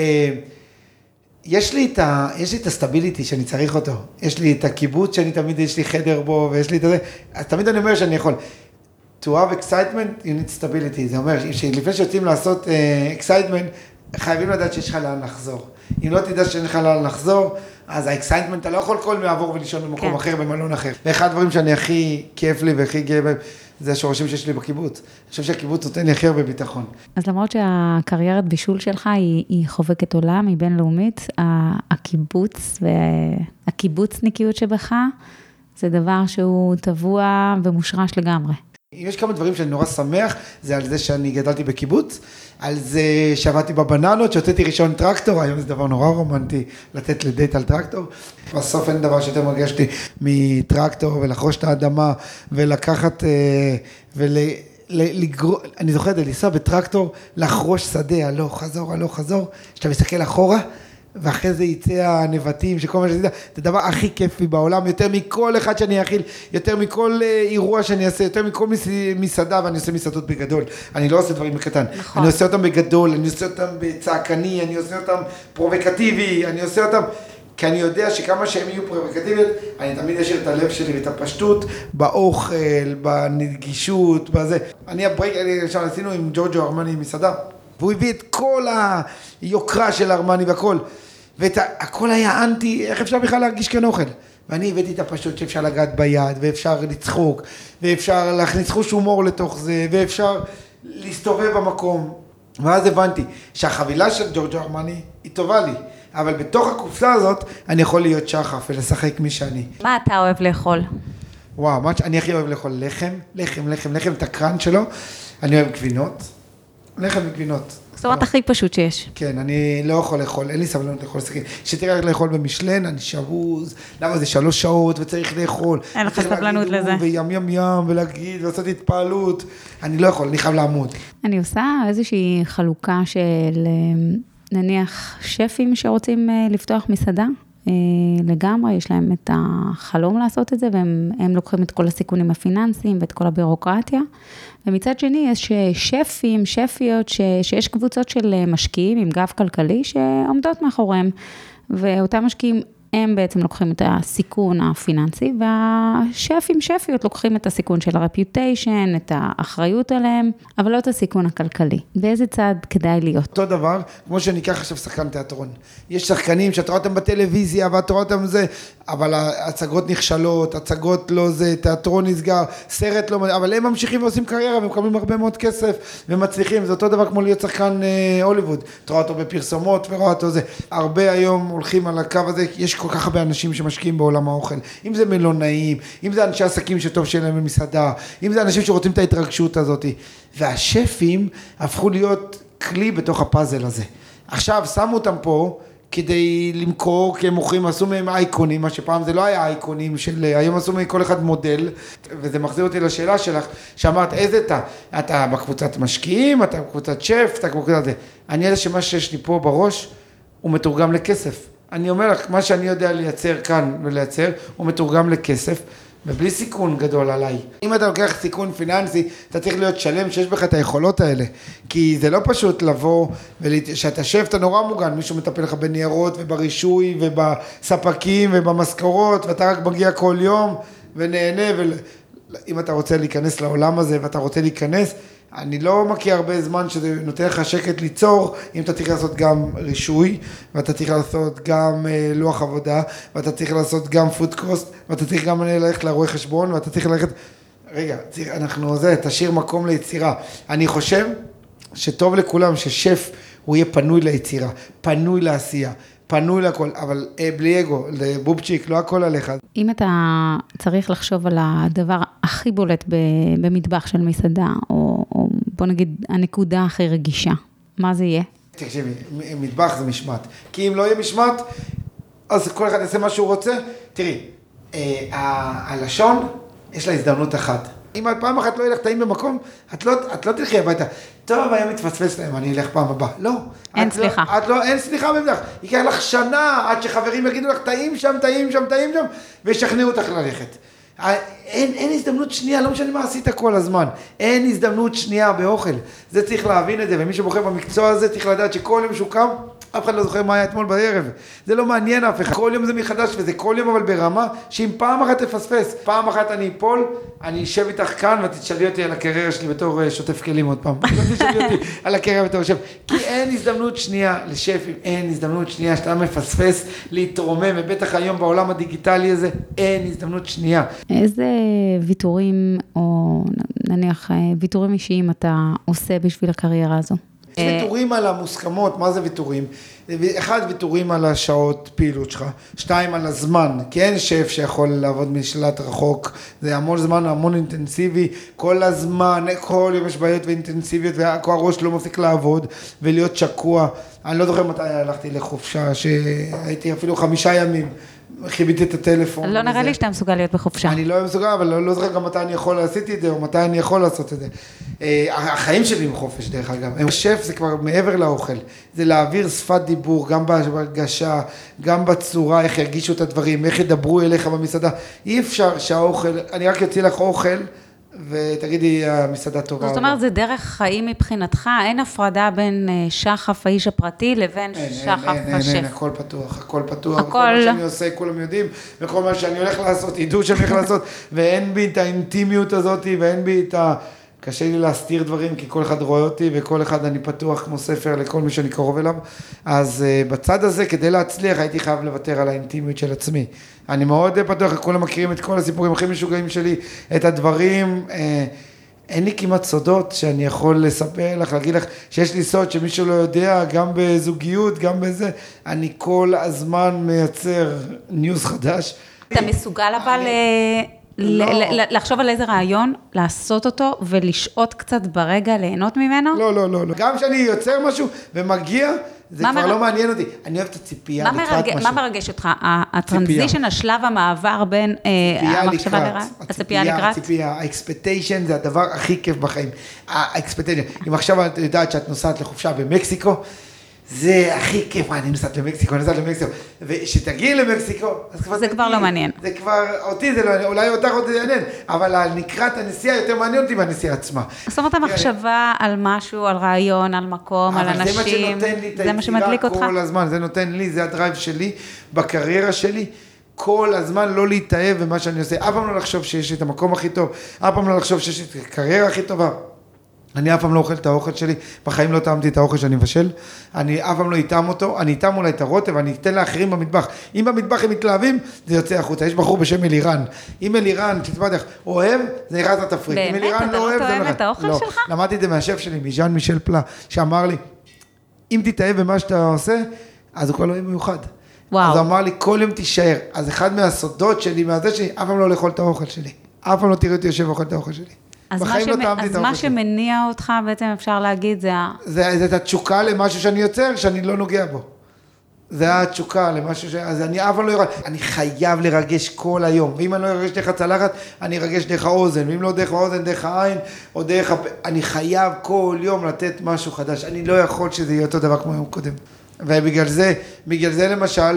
יש לי את הסטביליטי שאני צריך אותו. יש לי את הקיבוץ שאני תמיד, יש לי חדר בו, ויש לי את זה. אז תמיד אני אומר שאני יכול. To have excitement, you need stability. זה אומר שלפני שיוצאים לעשות excitement, חייבים לדעת שיש לך לאן לחזור. אם לא תדע שיש לך לאן לחזור, אז ה-excitement, אתה לא יכול כל מעבור ולישון במקום אחר, במלון אחר. ואחד הדברים שאני הכי כיף לי והכי גאה בהם, זה השורשים שיש לי בקיבוץ. אני חושב שהקיבוץ נותן לי הכי הרבה ביטחון. אז למרות שהקריירת בישול שלך היא חובקת עולם, היא בינלאומית, הקיבוץ והקיבוצניקיות שבך, זה דבר שהוא טבוע ומושרש לגמרי. אם יש כמה דברים שאני נורא שמח, זה על זה שאני גדלתי בקיבוץ, על זה שעבדתי בבננות, שהוצאתי ראשון טרקטור, היום זה דבר נורא רומנטי לתת לדייט על טרקטור. בסוף אין דבר שיותר מרגשתי מטרקטור ולחרוש את האדמה ולקחת אני זוכר את זה, לנסוע בטרקטור, לחרוש שדה, הלוך חזור, שאתה מסתכל אחורה, ואחרי זה יצא הנבטים, שכל מה שזה, זה הדבר הכי כיפי בעולם, יותר מכל אחד שאני אכיל, יותר מכל אירוע שאני אעשה, יותר מכל מסעדה, ואני עושה מסעדות בגדול. אני לא עושה דברים בקטן. נכון. אני עושה אותם בגדול, אני עושה אותם בצעקני, אני עושה אותם פרובוקטיבי, אני עושה אותם, כי אני יודע שכמה שהם יהיו פרובוקטיביות, אני תמיד אשאיר את הלב שלי ואת הפשטות, באוכל, בנגישות, בזה. עכשיו עשינו עם ג'ורג'ו ארמני מסעדה, והוא הביא את כל היוקרה של ארמני והכל, והכל היה אנטי, איך אפשר בכלל להרגיש כאן אוכל? ואני הבאתי את הפשוט שאפשר לגעת ביד, ואפשר לצחוק, ואפשר להכניס חוש הומור לתוך זה, ואפשר להסתובב במקום. ואז הבנתי שהחבילה של ג'ורג'ו ארמני היא טובה לי, אבל בתוך הקופסה הזאת אני יכול להיות שחף ולשחק מי שאני. מה אתה אוהב לאכול? וואו, אני הכי אוהב לאכול לחם, את הקרנץ' שלו. אני אוהב גבינות. לחם וגבינות. זאת אומרת הכי פשוט שיש. כן, אני לא יכול לאכול, אין לי סבלנות לאכול סכין. שתראה רק לאכול במשלן, אני שבוז, למה זה 3 שעות וצריך לאכול. אין לך סבלנות לזה. וים, ולהגיד, ועשות התפעלות. אני לא יכול, אני חייב לעמוד. אני עושה איזושהי חלוקה של, נניח, שפים שרוצים לפתוח מסעדה. לגמרי, יש להם את החלום לעשות את זה, והם לוקחים את כל הסיכונים הפיננסיים ואת כל הבירוקרטיה. ומצד שני, יש שפים, שפיות, שיש קבוצות של משקיעים עם גב כלכלי שעומדות מאחוריהם, ואותם משקיעים הם בעצם לוקחים את הסיכון הפיננסי, והשפים, שפיות לוקחים את הסיכון של הרפיוטיישן, את האחריות עליהם, אבל לא את הסיכון הכלכלי. באיזה צד כדאי להיות? אותו דבר, כמו שאני אקח עכשיו שחקן תיאטרון. יש שחקנים שאתה רואה אותם בטלוויזיה, ואתה רואה אותם זה, אבל הצגות נכשלות, הצגות לא זה, תיאטרון נסגר, סרט לא, אבל הם ממשיכים ועושים קריירה, ומקבלים הרבה מאוד כסף, ומצליחים. זה אותו דבר כמו להיות שחקן הוליווד. אתה רואה אותו בפרסומות, ורואה אותו זה. הרבה היום הולכים על הקו הזה, יש כל כך הרבה אנשים שמשקיעים בעולם האוכל, אם זה מלונאים, אם זה אנשי עסקים שטוב שיהיה להם במסעדה, אם זה אנשים שרוצים את ההתרגשות הזאת, והשפים הפכו להיות כלי בתוך הפאזל הזה. עכשיו שמו אותם פה כדי למכור, כי הם מוכרים, עשו מהם אייקונים, מה שפעם זה לא היה אייקונים של, היום עשו מהם כל אחד מודל, וזה מחזיר אותי לשאלה שלך, שאמרת איזה אתה בקבוצת משקיעים, אתה בקבוצת שף, אתה בקבוצת זה. אני יודע שמה שיש לי פה בראש, הוא מתורגם לכסף. אני אומר לך, מה שאני יודע לייצר כאן ולייצר, הוא מתורגם לכסף, ובלי סיכון גדול עליי. אם אתה לוקח סיכון פיננסי, אתה צריך להיות שלם שיש בך את היכולות האלה. כי זה לא פשוט לבוא, שאתה שף, אתה נורא מוגן, מישהו מטפל לך בניירות וברישוי ובספקים ובמשכורות, ואתה רק מגיע כל יום ונהנה. אם אתה רוצה להיכנס לעולם הזה ואתה רוצה להיכנס, אני לא מכיר הרבה זמן שזה נותן לך שקט ליצור, אם אתה צריך לעשות גם רישוי, ואתה צריך לעשות גם לוח עבודה, ואתה צריך לעשות גם פוד קוסט, ואתה צריך גם ללכת לרואה חשבון, ואתה צריך ללכת, רגע, תשאיר מקום ליצירה. אני חושב שטוב לכולם ששף הוא יהיה פנוי ליצירה, פנוי לעשייה, פנוי לכל, אבל בלי אגו, לבובצ'יק, לא הכל עליך. אם אתה צריך לחשוב על הדבר הכי בולט במטבח של מסעדה, או בוא נגיד הנקודה הכי רגישה, מה זה יהיה? תקשיבי, מטבח זה משמעת. כי אם לא יהיה משמעת, אז כל אחד יעשה מה שהוא רוצה. תראי, הלשון, יש לה הזדמנות אחת. אם פעם אחת לא ילך טעים במקום, את לא תלכי הביתה. טוב, היה מתפספס להם, אני אלך פעם הבאה. לא. אין סליחה. אין סליחה במדח. ייקח לך שנה עד שחברים יגידו לך, טעים שם, וישכנעו אותך ללכת. אין הזדמנות שנייה, לא משנה מה עשית כל הזמן. אין הזדמנות שנייה באוכל. זה צריך להבין את זה, ומי שבוחר במקצוע הזה צריך לדעת שכל יום שהוא קם, אף אחד לא זוכר מה היה אתמול בערב. זה לא מעניין אף אחד. כל יום זה מחדש, וזה כל יום אבל ברמה, שאם פעם אחת תפספס, פעם אחת אני אפול, אני אשב איתך כאן, ותשאלי אותי על הקריירה שלי בתור שוטף כלים עוד פעם. לא תשאלי אותי על הקריירה בתור שף. כי אין הזדמנות שנייה לשפים, אין הזדמנות שנייה שאתה מפספס, להתרומם, ובטח היום בעולם הדיגיטלי הזה, אין הזדמנות שנייה. איזה ויתורים, או נניח ויתורים אישיים אתה עושה בשביל הקריירה הזו? ויתורים על המוסכמות, מה זה ויתורים? אחד, ויתורים על השעות פעילות שלך, 2 על הזמן, כי אין שף שיכול לעבוד משלט רחוק, זה המון זמן, המון אינטנסיבי, כל הזמן, כל יום יש בעיות ואינטנסיביות, וכל הראש לא מפסיק לעבוד, ולהיות שקוע. אני לא זוכר מתי הלכתי לחופשה, שהייתי אפילו 5 ימים, חיביתי את הטלפון. לא נראה לי שאתה מסוגל להיות בחופשה. אני לא מסוגל, אבל לא זוכר גם מתי אני יכול לעשות את זה, או מתי אני יכול לעשות את זה. החיים שלי עם חופש, דרך אגב. שף זה כבר מעבר לאוכל. זה להעביר שפת דיבור, גם בהרגשה, גם בצורה, איך ירגישו את הדברים, איך ידברו אליך במסעדה. אי אפשר שהאוכל, אני רק יוציא לך אוכל, ותגידי, המסעדה טובה. זאת אומרת, זה דרך חיים מבחינתך, אין הפרדה בין שחף האיש הפרטי לבין שחף השף. אין, הכל פתוח, הכל פתוח. כל מה שאני עושה, כולם יודעים, וכל מה שאני הולך לעשות, ידעו שאני הולך לעשות, ואין בי את האינטימיות הזאת, ואין בי את קשה לי להסתיר דברים, כי כל אחד רואה אותי, וכל אחד אני פתוח כמו ספר לכל מי שאני קרוב אליו. אז בצד הזה, כדי להצליח, הייתי חייב לוותר על האינטימיות של עצמי. אני מאוד פתוח, כולם מכירים את כל הסיפורים הכי משוגעים שלי, את הדברים, אין לי כמעט סודות שאני יכול לספר לך, להגיד לך שיש לי סוד שמישהו לא יודע, גם בזוגיות, גם בזה, אני כל הזמן מייצר ניוז חדש. אתה מסוגל אבל לחשוב על איזה רעיון, לעשות אותו ולשעות קצת ברגע, ליהנות ממנו? לא. גם כשאני יוצר משהו ומגיע, זה כבר לא מעניין אותי. אני אוהב את הציפייה לקראת משהו. מה מרגש אותך? הטרנזישן, השלב המעבר בין המחשבה לרע? הציפייה לקראת? הציפייה, האקספטיישן זה הדבר הכי כיף בחיים. האקספטיישן, אם עכשיו את יודעת שאת נוסעת לחופשה במקסיקו, זה הכי כיף, אני נוסעת למקסיקו, ושתגיעי למקסיקו, זה כבר לא מעניין. זה כבר, אותי זה לא, אולי אותך עוד יעניין, אבל לקראת הנסיעה יותר מעניין אותי מהנסיעה עצמה. זאת אומרת, המחשבה על משהו, על רעיון, על מקום, על אנשים, זה מה שמדליק אותך? כל הזמן, זה נותן לי, זה הדרייב שלי, בקריירה שלי, כל הזמן לא להתאהב במה שאני עושה, אף פעם לא לחשוב שיש לי את המקום הכי טוב, אף פעם לא לחשוב שיש לי את הקריירה הכי טובה. אני אף פעם לא אוכל את האוכל שלי, בחיים לא טעמתי את האוכל שאני מבשל, אני אף פעם לא איתם אותו, אני איתם אולי את הרוטב, ואני אתן לאחרים במטבח. אם במטבח הם מתלהבים, זה יוצא החוצה. יש בחור בשם אלירן. אם אלירן, תתפתח, אוהב, זה נכנס לתפריט. באמת? אתה לא תואם את האוכל שלך? לא, למדתי את זה מהשף שלי, מז'אן מישל פלה, שאמר לי, אם תתאהב במה שאתה עושה, אז הוא כבר לא יהיה מיוחד. אז הוא אמר לי, כל יום תישאר. אז אחד מהסודות שלי, מהזה שלי, אף פעם לא לאכול את האוכל שלי. אף פעם לא תראי אותי יושב ואוכל את האוכל שלי. אז מה שמניע אותך בעצם אפשר להגיד זה את התשוקה למשהו שאני יוצר, שאני לא נוגע בו. זה התשוקה למשהו אז אני אף פעם לא יורד, אני חייב לרגש כל היום, ואם אני לא ארגש דרך הצלחת, אני ארגש דרך האוזן, ואם לא דרך האוזן, דרך העין, או דרך אני חייב כל יום לתת משהו חדש, אני לא יכול שזה יהיה אותו דבר כמו יום קודם. ובגלל זה למשל,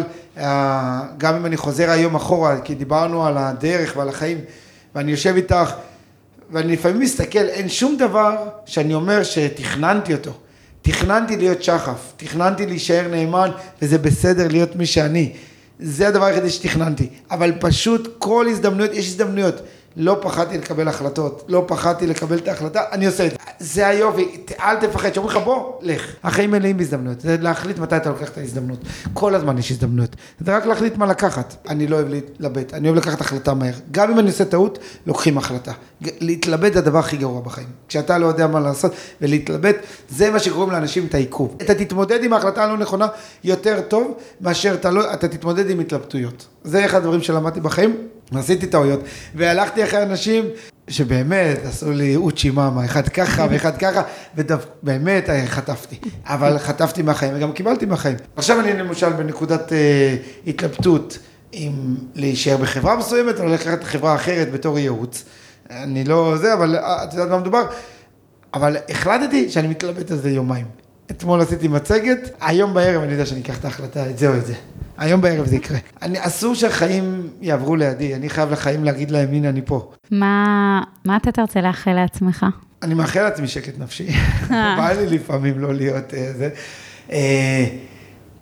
גם אם אני חוזר היום אחורה, כי דיברנו על הדרך ועל החיים, ואני יושב איתך, ואני לפעמים מסתכל, אין שום דבר שאני אומר שתכננתי אותו. תכננתי להיות שחף, תכננתי להישאר נאמן, וזה בסדר להיות מי שאני. זה הדבר היחידי שתכננתי. אבל פשוט כל הזדמנויות, יש הזדמנויות. לא פחדתי לקבל החלטות, לא פחדתי לקבל את ההחלטה, אני עושה את זה. זה היופי, אל תפחד, שאומרים לך בוא, לך. החיים מלאים בהזדמנויות, זה להחליט מתי אתה לוקח את ההזדמנות. כל הזמן יש הזדמנויות. זה רק להחליט מה לקחת. אני לא אוהב להתלבט, אני אוהב לקחת החלטה מהר. גם אם אני עושה טעות, לוקחים החלטה. להתלבט זה הדבר הכי גרוע בחיים. כשאתה לא יודע מה לעשות ולהתלבט, זה מה שגורם לאנשים את העיכוב. אתה תתמודד עם ההחלטה הלא נכונה יותר טוב, מאשר אתה תתמודד עם התלבטויות. זה אחד הדברים שלמדתי בחיים. עשיתי טעויות, והלכתי אחרי אנשים שבאמת עשו לי אוצ'י מאמה, אחד ככה ואחד ככה, ובאמת חטפתי, אבל חטפתי מהחיים וגם קיבלתי מהחיים. עכשיו אני למשל בנקודת התלבטות, אם להישאר בחברה מסוימת, או לקחת חברה אחרת בתור ייעוץ. אני לא זה, אבל את יודעת מה מדובר, אבל החלטתי שאני מתלבט על זה יומיים. אתמול עשיתי מצגת, היום בערב אני יודע שאני אקח את ההחלטה, את זה או את זה. היום בערב זה יקרה. אסור שהחיים יעברו לידי, אני חייב לחיים להגיד להם, הנה אני פה. מה אתה תרצה לאחל לעצמך? אני מאחל לעצמי שקט נפשי. בא לי לפעמים לא להיות זה.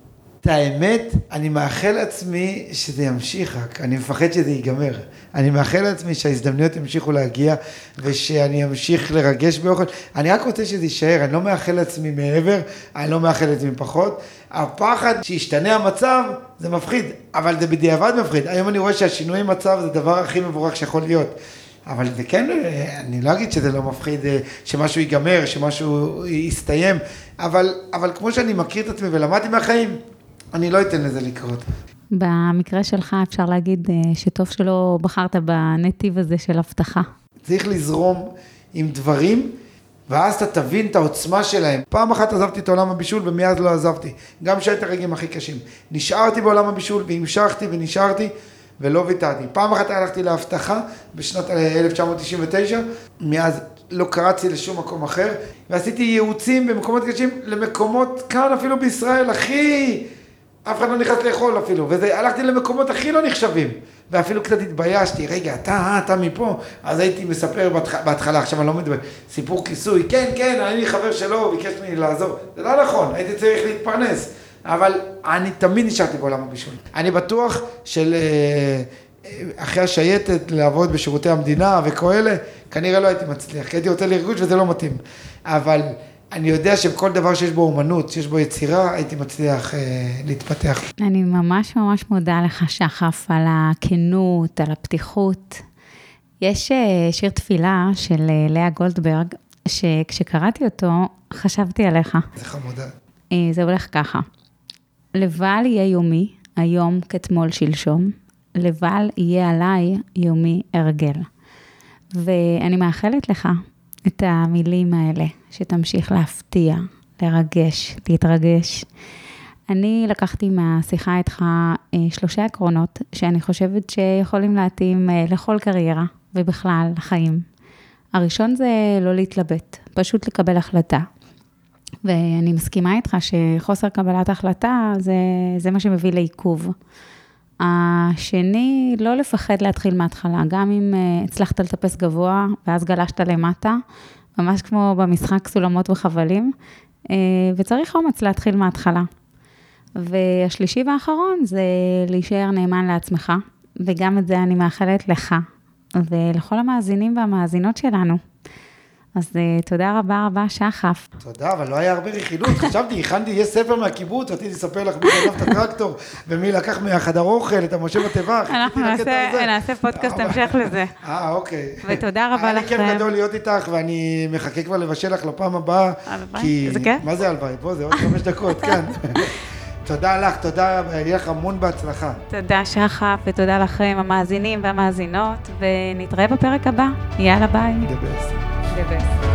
את האמת, אני מאחל לעצמי שזה ימשיך רק, אני מפחד שזה ייגמר. אני מאחל לעצמי שההזדמנויות ימשיכו להגיע, ושאני אמשיך לרגש באוכל. אני רק רוצה שזה יישאר, אני לא מאחל לעצמי מעבר, אני לא מאחל לעצמי פחות. הפחד שישתנה המצב, זה מפחיד, אבל זה בדיעבד מפחיד. היום אני רואה שהשינוי מצב זה הדבר הכי מבורך שיכול להיות. אבל זה כן, אני לא אגיד שזה לא מפחיד, שמשהו ייגמר, שמשהו יסתיים, אבל כמו שאני מכיר את עצמי ולמדתי מהחיים, אני לא אתן לזה לקרות. במקרה שלך אפשר להגיד שטוב שלא בחרת בנתיב הזה של הבטחה. צריך לזרום עם דברים, ואז אתה תבין את העוצמה שלהם. פעם אחת עזבתי את עולם הבישול, ומאז לא עזבתי. גם שהיית הרגעים הכי קשים. נשארתי בעולם הבישול, והמשכתי ונשארתי, ולא ויתרתי. פעם אחת הלכתי להבטחה, בשנת 1999, מאז לא קרצתי לשום מקום אחר, ועשיתי ייעוצים במקומות קשים, למקומות כאן אפילו בישראל, אף אחד לא נכנס לאכול אפילו, והלכתי למקומות הכי לא נחשבים, ואפילו קצת התביישתי, רגע, אתה מפה, אז הייתי מספר בהתחלה, עכשיו אני לא מדבר, סיפור כיסוי, כן, אני חבר שלו, ביקש ממני לעזור, זה לא נכון, הייתי צריך להתפרנס, אבל אני תמיד נשארתי בעולם הבישול. אני בטוח של אחרי השייטת לעבוד בשירותי המדינה וכאלה, כנראה לא הייתי מצליח, כי הייתי רוצה להרגוש וזה לא מתאים, אבל אני יודע שבכל דבר שיש בו אומנות, שיש בו יצירה, הייתי מצליח להתפתח. אני ממש מודה לך שחף על הכנות, על הפתיחות. יש שיר תפילה של לאה גולדברג, שכשקראתי אותו, חשבתי עליך. זה חמודה. זה הולך ככה. לבל יהיה יומי, היום כתמול שלשום, לבל יהיה עליי יומי הרגל. ואני מאחלת לך את המילים האלה, שתמשיך להפתיע, לרגש, להתרגש. אני לקחתי מהשיחה איתך 3 עקרונות, שאני חושבת שיכולים להתאים לכל קריירה, ובכלל לחיים. הראשון זה לא להתלבט, פשוט לקבל החלטה. ואני מסכימה איתך שחוסר קבלת החלטה, זה מה שמביא לעיכוב. השני, לא לפחד להתחיל מההתחלה, גם אם הצלחת לטפס גבוה, ואז גלשת למטה, ממש כמו במשחק סולמות וחבלים, וצריך אומץ להתחיל מההתחלה. והשלישי והאחרון, זה להישאר נאמן לעצמך, וגם את זה אני מאחלת לך, ולכל המאזינים והמאזינות שלנו. אז תודה רבה שחף. תודה, אבל לא היה הרבה רכילות. חשבתי, הכנתי, יש ספר מהקיבוץ, רציתי לספר לך מי גנב את הטרקטור, ומי לקח מהחדר אוכל, את המשה בטבח. אנחנו נעשה פודקאסט המשך לזה. אוקיי. ותודה רבה לכם. היה לי כיף גדול להיות איתך, ואני מחכה כבר לבשל לך לפעם הבאה. הלוואי, זה כיף? מה זה הלוואי? פה זה עוד 5 דקות, כן. תודה לך, תודה, יהיה לך המון בהצלחה. תודה שחף, ותודה לכם המאזינים והמאזינות, ונתראה בפרק הבא. יאללה ביי. The best. The best.